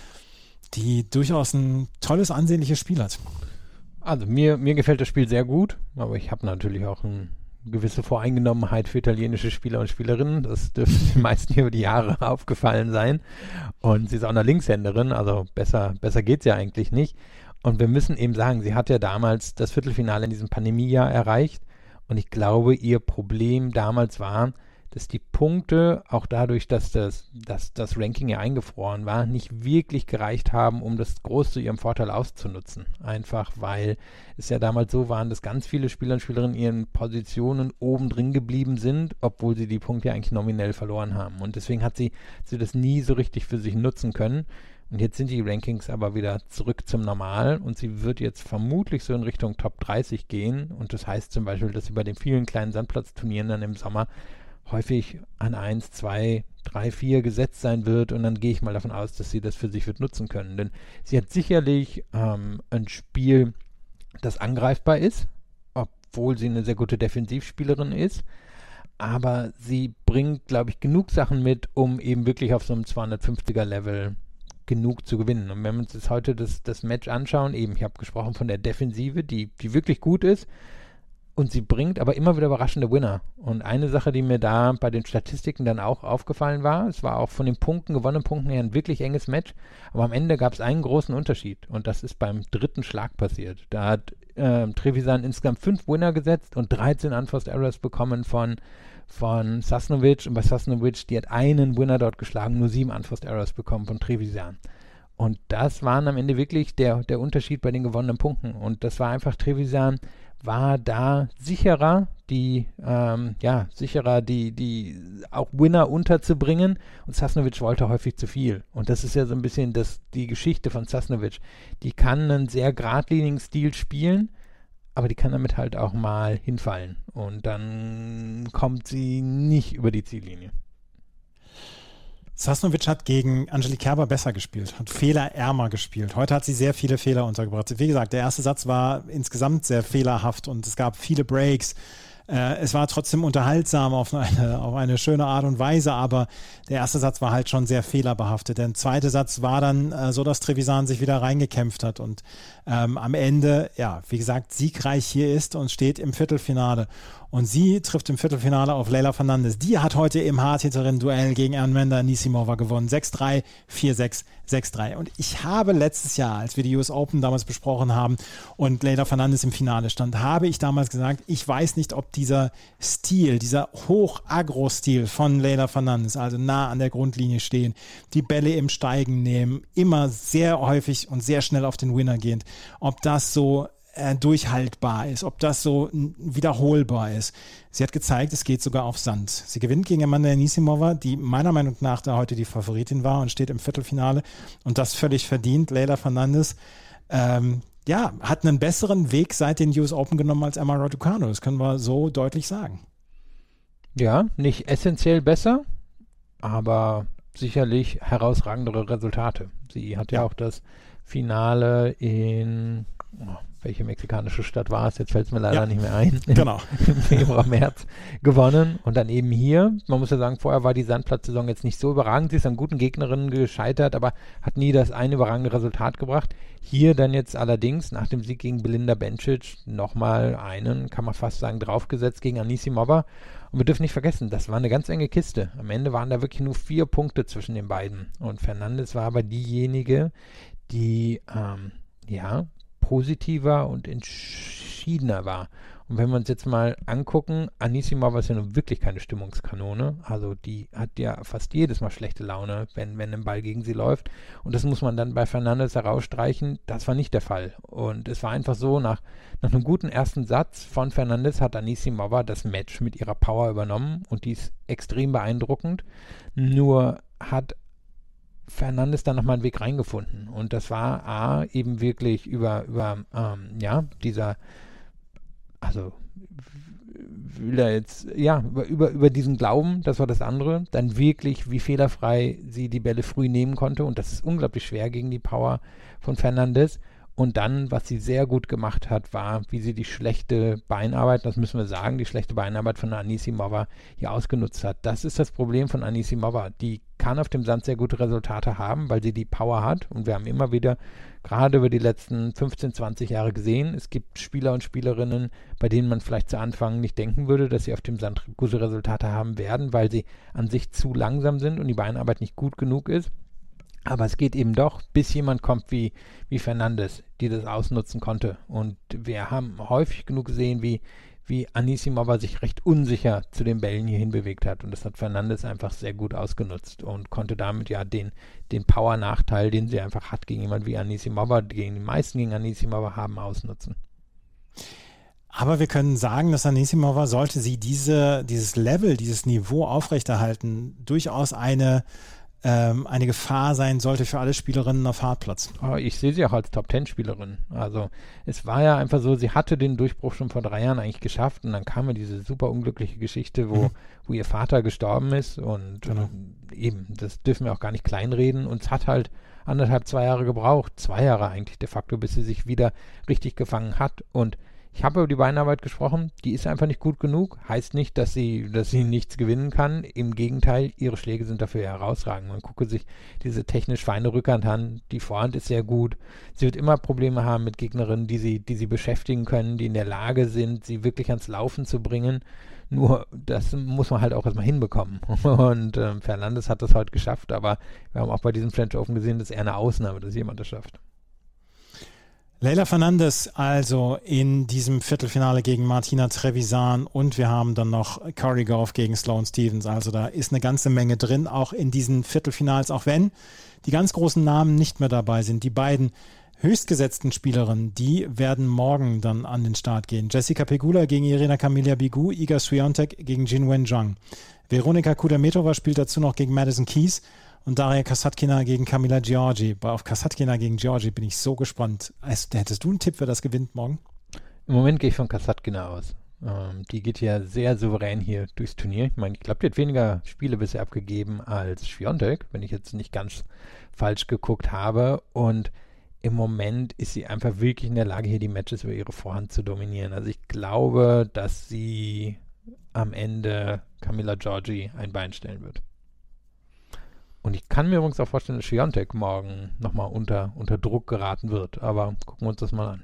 die durchaus ein tolles, ansehnliches Spiel hat. Also mir, mir gefällt das Spiel sehr gut, aber ich habe natürlich auch ein gewisse Voreingenommenheit für italienische Spieler und Spielerinnen. Das dürfte den meisten hier über die Jahre aufgefallen sein. Und sie ist auch eine Linkshänderin, also besser, besser geht's ja eigentlich nicht. Und wir müssen eben sagen, sie hat ja damals das Viertelfinale in diesem Pandemiejahr erreicht. Und ich glaube, ihr Problem damals war, dass die Punkte, auch dadurch, dass das, dass das Ranking ja eingefroren war, nicht wirklich gereicht haben, um das groß zu ihrem Vorteil auszunutzen. Einfach, weil es ja damals so war, dass ganz viele Spieler und Spielerinnen in ihren Positionen oben drin geblieben sind, obwohl sie die Punkte ja eigentlich nominell verloren haben. Und deswegen hat sie, sie das nie so richtig für sich nutzen können. Und jetzt sind die Rankings aber wieder zurück zum Normal und sie wird jetzt vermutlich so in Richtung Top dreißig gehen. Und das heißt zum Beispiel, dass sie bei den vielen kleinen Sandplatzturnieren dann im Sommer häufig an eins, zwei, drei, vier gesetzt sein wird und dann gehe ich mal davon aus, dass sie das für sich wird nutzen können. Denn sie hat sicherlich ähm, ein Spiel, das angreifbar ist, obwohl sie eine sehr gute Defensivspielerin ist, aber sie bringt, glaube ich, genug Sachen mit, um eben wirklich auf so einem zweihundertfünfziger Level genug zu gewinnen. Und wenn wir uns jetzt heute das, das Match anschauen, eben, ich habe gesprochen von der Defensive, die, die wirklich gut ist, und sie bringt aber immer wieder überraschende Winner. Und eine Sache, die mir da bei den Statistiken dann auch aufgefallen war, es war auch von den Punkten, gewonnenen Punkten her ein wirklich enges Match, aber am Ende gab es einen großen Unterschied und das ist beim dritten Schlag passiert. Da hat äh, Trevisan insgesamt fünf Winner gesetzt und dreizehn Unforced Errors bekommen von, von Sasnovic und bei Sasnovic, die hat einen Winner dort geschlagen, nur sieben Unforced Errors bekommen von Trevisan. Und das waren am Ende wirklich der, der Unterschied bei den gewonnenen Punkten und das war einfach Trevisan war da sicherer, die, ähm, ja, sicherer, die, die auch Winner unterzubringen und Sasnovic wollte häufig zu viel. Und das ist ja so ein bisschen das, die Geschichte von Sasnovic. Die kann einen sehr geradlinigen Stil spielen, aber die kann damit halt auch mal hinfallen. Und dann kommt sie nicht über die Ziellinie. Sasnovic hat gegen Angelique Kerber besser gespielt, hat fehlerärmer gespielt. Heute hat sie sehr viele Fehler untergebracht. Wie gesagt, der erste Satz war insgesamt sehr fehlerhaft und es gab viele Breaks. Äh, es war trotzdem unterhaltsam auf eine, auf eine schöne Art und Weise, aber der erste Satz war halt schon sehr fehlerbehaftet. Der zweite Satz war dann äh, so, dass Trevisan sich wieder reingekämpft hat und ähm, am Ende, ja, wie gesagt, siegreich hier ist und steht im Viertelfinale. Und sie trifft im Viertelfinale auf Leylah Fernandez. Die hat heute im Hardhitterin-Duell gegen Amanda Anisimova gewonnen. sechs drei, vier sechs, sechs drei. Und ich habe letztes Jahr, als wir die U S Open damals besprochen haben und Leylah Fernandez im Finale stand, habe ich damals gesagt, ich weiß nicht, ob dieser Stil, dieser Hoch-Agro-Stil von Leylah Fernandez, also nah an der Grundlinie stehen, die Bälle im Steigen nehmen, immer sehr häufig und sehr schnell auf den Winner gehend, ob das so durchhaltbar ist, ob das so wiederholbar ist. Sie hat gezeigt, es geht sogar auf Sand. Sie gewinnt gegen Amanda Anisimova, die meiner Meinung nach da heute die Favoritin war und steht im Viertelfinale und das völlig verdient. Leylah Fernandez ähm, ja, hat einen besseren Weg seit den U S Open genommen als Emma Raducanu. Das können wir so deutlich sagen. Ja, nicht essentiell besser, aber sicherlich herausragendere Resultate. Sie hat ja, ja auch das Finale in oh, welche mexikanische Stadt war es? Jetzt fällt es mir leider ja. nicht mehr ein. Genau. Im Februar, März gewonnen. Und dann eben hier, man muss ja sagen, vorher war die Sandplatzsaison jetzt nicht so überragend. Sie ist an guten Gegnerinnen gescheitert, aber hat nie das eine überragende Resultat gebracht. Hier dann jetzt allerdings nach dem Sieg gegen Belinda Bencic nochmal einen, kann man fast sagen, draufgesetzt gegen Anisimova. Und wir dürfen nicht vergessen, das war eine ganz enge Kiste. Am Ende waren da wirklich nur vier Punkte zwischen den beiden. Und Fernandes war aber diejenige, die, ähm, ja, positiver und entschiedener war. Und wenn wir uns jetzt mal angucken, Anisimova ist ja nun wirklich keine Stimmungskanone. Also die hat ja fast jedes Mal schlechte Laune, wenn, wenn ein Ball gegen sie läuft. Und das muss man dann bei Fernandes herausstreichen. Das war nicht der Fall. Und es war einfach so, nach, nach einem guten ersten Satz von Fernandes hat Anisimova das Match mit ihrer Power übernommen. Und die ist extrem beeindruckend. Nur hat Fernandes dann nochmal einen Weg reingefunden. Und das war A, eben wirklich über, über ähm, ja, dieser also will er jetzt, ja, über, über, über diesen Glauben, das war das andere, dann wirklich, wie fehlerfrei sie die Bälle früh nehmen konnte und das ist unglaublich schwer gegen die Power von Fernandes. Und dann, was sie sehr gut gemacht hat, war, wie sie die schlechte Beinarbeit, das müssen wir sagen, die schlechte Beinarbeit von Anisimova hier ausgenutzt hat. Das ist das Problem von Anisimova. Die kann auf dem Sand sehr gute Resultate haben, weil sie die Power hat. Und wir haben immer wieder, gerade über die letzten fünfzehn, zwanzig Jahre gesehen, es gibt Spieler und Spielerinnen, bei denen man vielleicht zu Anfang nicht denken würde, dass sie auf dem Sand gute Resultate haben werden, weil sie an sich zu langsam sind und die Beinarbeit nicht gut genug ist. Aber es geht eben doch, bis jemand kommt wie, wie Fernandes, die das ausnutzen konnte. Und wir haben häufig genug gesehen, wie, wie Anisimova sich recht unsicher zu den Bällen hier hinbewegt hat. Und das hat Fernandes einfach sehr gut ausgenutzt und konnte damit ja den, den Power-Nachteil, den sie einfach hat gegen jemand wie Anisimova, gegen die meisten gegen Anisimova haben, ausnutzen. Aber wir können sagen, dass Anisimova, sollte sie diese, dieses Level, dieses Niveau aufrechterhalten, durchaus eine eine Gefahr sein sollte für alle Spielerinnen auf Hartplatz. Ich sehe sie auch als Top-Ten-Spielerin. Also es war ja einfach so, sie hatte den Durchbruch schon vor drei Jahren eigentlich geschafft und dann kam ja diese super unglückliche Geschichte, wo, mhm. wo ihr Vater gestorben ist und genau. eben, das dürfen wir auch gar nicht kleinreden und es hat halt anderthalb, zwei Jahre gebraucht, zwei Jahre eigentlich de facto, bis sie sich wieder richtig gefangen hat und ich habe über die Beinarbeit gesprochen, die ist einfach nicht gut genug. Heißt nicht, dass sie, dass sie nichts gewinnen kann. Im Gegenteil, ihre Schläge sind dafür herausragend. Man gucke sich diese technisch feine Rückhand an. Die Vorhand ist sehr gut. Sie wird immer Probleme haben mit Gegnerinnen, die sie, die sie beschäftigen können, die in der Lage sind, sie wirklich ans Laufen zu bringen. Nur, das muss man halt auch erstmal hinbekommen. Und ähm, Fernandes hat das heute geschafft, aber wir haben auch bei diesem French Open gesehen, dass er eine Ausnahme, dass jemand das schafft. Leylah Fernandes also in diesem Viertelfinale gegen Martina Trevisan und wir haben dann noch Cory Gauff gegen Sloane Stephens. Also da ist eine ganze Menge drin, auch in diesen Viertelfinals, auch wenn die ganz großen Namen nicht mehr dabei sind. Die beiden höchstgesetzten Spielerinnen, die werden morgen dann an den Start gehen. Jessica Pegula gegen Irina Camelia Begu, Iga Swiatek gegen Jinwen Zhang. Veronika Kudermetova spielt dazu noch gegen Madison Keys. Und Daria Kasatkina gegen Camila Giorgi. Auf Kasatkina gegen Giorgi bin ich so gespannt. Hättest du einen Tipp, wer das gewinnt morgen? Im Moment gehe ich von Kasatkina aus. Ähm, die geht ja sehr souverän hier durchs Turnier. Ich meine, ich glaube, die hat weniger Spiele bisher abgegeben als Swiatek, wenn ich jetzt nicht ganz falsch geguckt habe. Und im Moment ist sie einfach wirklich in der Lage, hier die Matches über ihre Vorhand zu dominieren. Also ich glaube, dass sie am Ende Camila Giorgi ein Bein stellen wird. Und ich kann mir übrigens auch vorstellen, dass Swiatek morgen nochmal unter, unter Druck geraten wird. Aber gucken wir uns das mal an.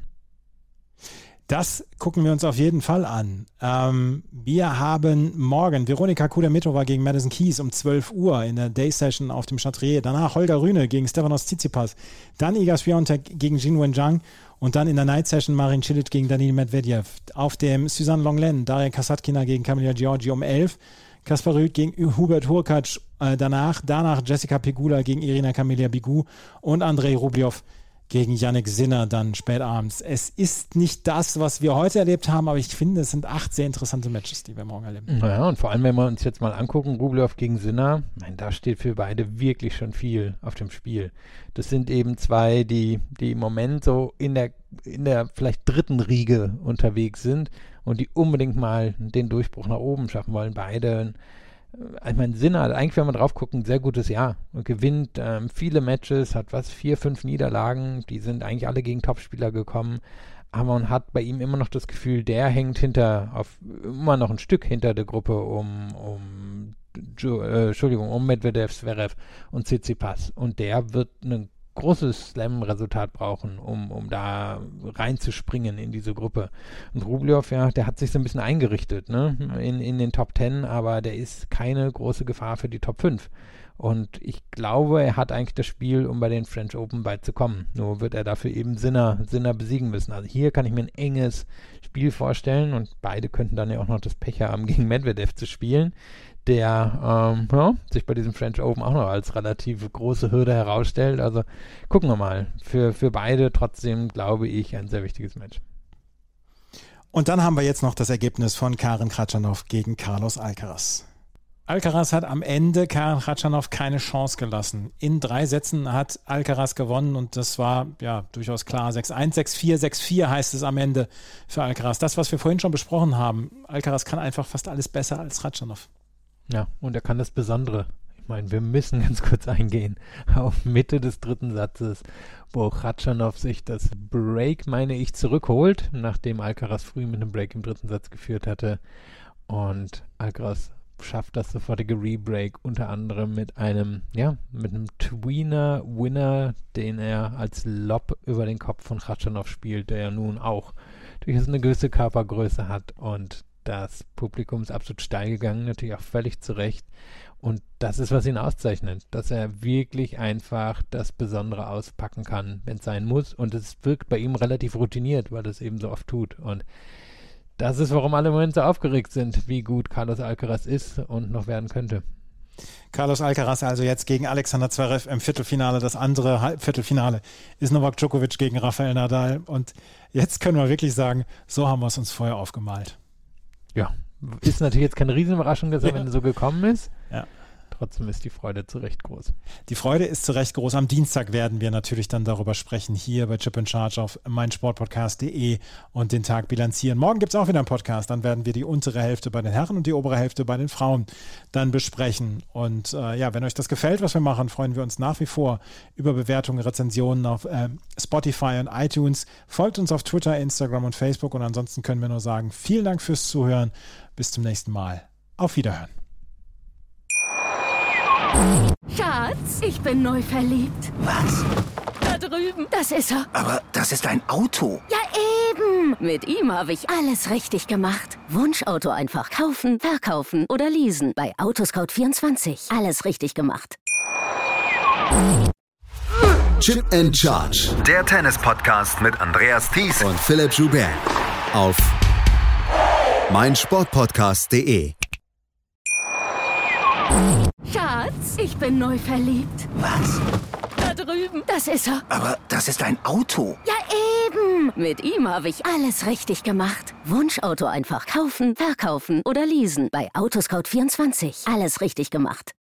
Das gucken wir uns auf jeden Fall an. Ähm, wir haben morgen Veronika Kudermetova gegen Madison Keys um zwölf Uhr in der Day-Session auf dem Chatrier. Danach Holger Rune gegen Stefanos Tsitsipas. Dann Iga Swiatek gegen Jinwen Zhang. Und dann in der Night-Session Marin Cilic gegen Daniil Medvedev. Auf dem Suzanne Lenglen Daria Kasatkina gegen Camila Giorgi um elf. Kaspar Ruud gegen Hubert Hurkacz äh, danach, danach Jessica Pegula gegen Irina Camelia Begu und Andrei Rublev gegen Jannik Sinner dann spät abends. Es ist nicht das, was wir heute erlebt haben, aber ich finde, es sind acht sehr interessante Matches, die wir morgen erleben. Naja, und vor allem, wenn wir uns jetzt mal angucken, Rublev gegen Sinner, nein, da steht für beide wirklich schon viel auf dem Spiel. Das sind eben zwei, die, die im Moment so in der, in der vielleicht dritten Riege unterwegs sind und die unbedingt mal den Durchbruch nach oben schaffen wollen. Beide ich meine, Sinner hat eigentlich, wenn man drauf guckt, ein sehr gutes Jahr und gewinnt ähm, viele Matches, hat was, vier, fünf Niederlagen, die sind eigentlich alle gegen Topspieler gekommen, aber man hat bei ihm immer noch das Gefühl, der hängt hinter, auf immer noch ein Stück hinter der Gruppe um, um äh, Entschuldigung, um Medvedev, Zverev und Tsitsipas und der wird ein großes Slam-Resultat brauchen, um, um da reinzuspringen in diese Gruppe. Und Rublev, ja, der hat sich so ein bisschen eingerichtet, ne, in, in den Top Ten, aber der ist keine große Gefahr für die Top fünf. Und ich glaube, er hat eigentlich das Spiel, um bei den French Open weit zu kommen. Nur wird er dafür eben Sinner, Sinner besiegen müssen. Also hier kann ich mir ein enges Spiel vorstellen und beide könnten dann ja auch noch das Pech haben, gegen Medvedev zu spielen, der ähm, ja, sich bei diesem French Open auch noch als relativ große Hürde herausstellt. Also gucken wir mal. Für, für beide trotzdem, glaube ich, ein sehr wichtiges Match. Und dann haben wir jetzt noch das Ergebnis von Karen Khachanov gegen Carlos Alcaraz. Alcaraz hat am Ende Karen Khachanov keine Chance gelassen. In drei Sätzen hat Alcaraz gewonnen und das war ja durchaus klar. sechs eins, sechs vier, sechs vier heißt es am Ende für Alcaraz. Das, was wir vorhin schon besprochen haben. Alcaraz kann einfach fast alles besser als Khachanov. Ja, und er kann das Besondere. Ich meine, wir müssen ganz kurz eingehen auf Mitte des dritten Satzes, wo Khachanov sich das Break, meine ich, zurückholt, nachdem Alcaraz früh mit einem Break im dritten Satz geführt hatte. Und Alcaraz schafft das sofortige Rebreak, unter anderem mit einem, ja, mit einem Tweener-Winner, den er als Lob über den Kopf von Khachanov spielt, der ja nun auch durchaus eine gewisse Körpergröße hat und das Publikum ist absolut steil gegangen, natürlich auch völlig zu Recht. Und das ist, was ihn auszeichnet, dass er wirklich einfach das Besondere auspacken kann, wenn es sein muss. Und es wirkt bei ihm relativ routiniert, weil er es eben so oft tut. Und das ist, warum alle im Moment so aufgeregt sind, wie gut Carlos Alcaraz ist und noch werden könnte. Carlos Alcaraz also jetzt gegen Alexander Zverev im Viertelfinale. Das andere Halbviertelfinale ist Novak Djokovic gegen Rafael Nadal. Und jetzt können wir wirklich sagen, so haben wir es uns vorher aufgemalt. Ja, ist natürlich jetzt keine Riesenüberraschung, dass er ja. am Ende so gekommen ist. Ja. Trotzdem ist die Freude zu Recht groß. Die Freude ist zu Recht groß. Am Dienstag werden wir natürlich dann darüber sprechen, hier bei Chip in Charge auf meinsportpodcast punkt de und den Tag bilanzieren. Morgen gibt es auch wieder einen Podcast. Dann werden wir die untere Hälfte bei den Herren und die obere Hälfte bei den Frauen dann besprechen. Und äh, ja, wenn euch das gefällt, was wir machen, freuen wir uns nach wie vor über Bewertungen, Rezensionen auf äh, Spotify und iTunes. Folgt uns auf Twitter, Instagram und Facebook. Und ansonsten können wir nur sagen, vielen Dank fürs Zuhören. Bis zum nächsten Mal. Auf Wiederhören. Schatz, ich bin neu verliebt. Was? Da drüben. Das ist er. Aber das ist ein Auto. Ja, eben. Mit ihm habe ich alles richtig gemacht. Wunschauto einfach kaufen, verkaufen oder leasen. Bei Autoscout vierundzwanzig. Alles richtig gemacht. Chip and Charge. Der Tennis-Podcast mit Andreas Thies und Philipp Joubert. Auf meinsportpodcast punkt de. Schatz, ich bin neu verliebt. Was? Da drüben. Das ist er. Aber das ist ein Auto. Ja, eben. Mit ihm habe ich alles richtig gemacht. Wunschauto einfach kaufen, verkaufen oder leasen. Bei Autoscout vierundzwanzig. Alles richtig gemacht.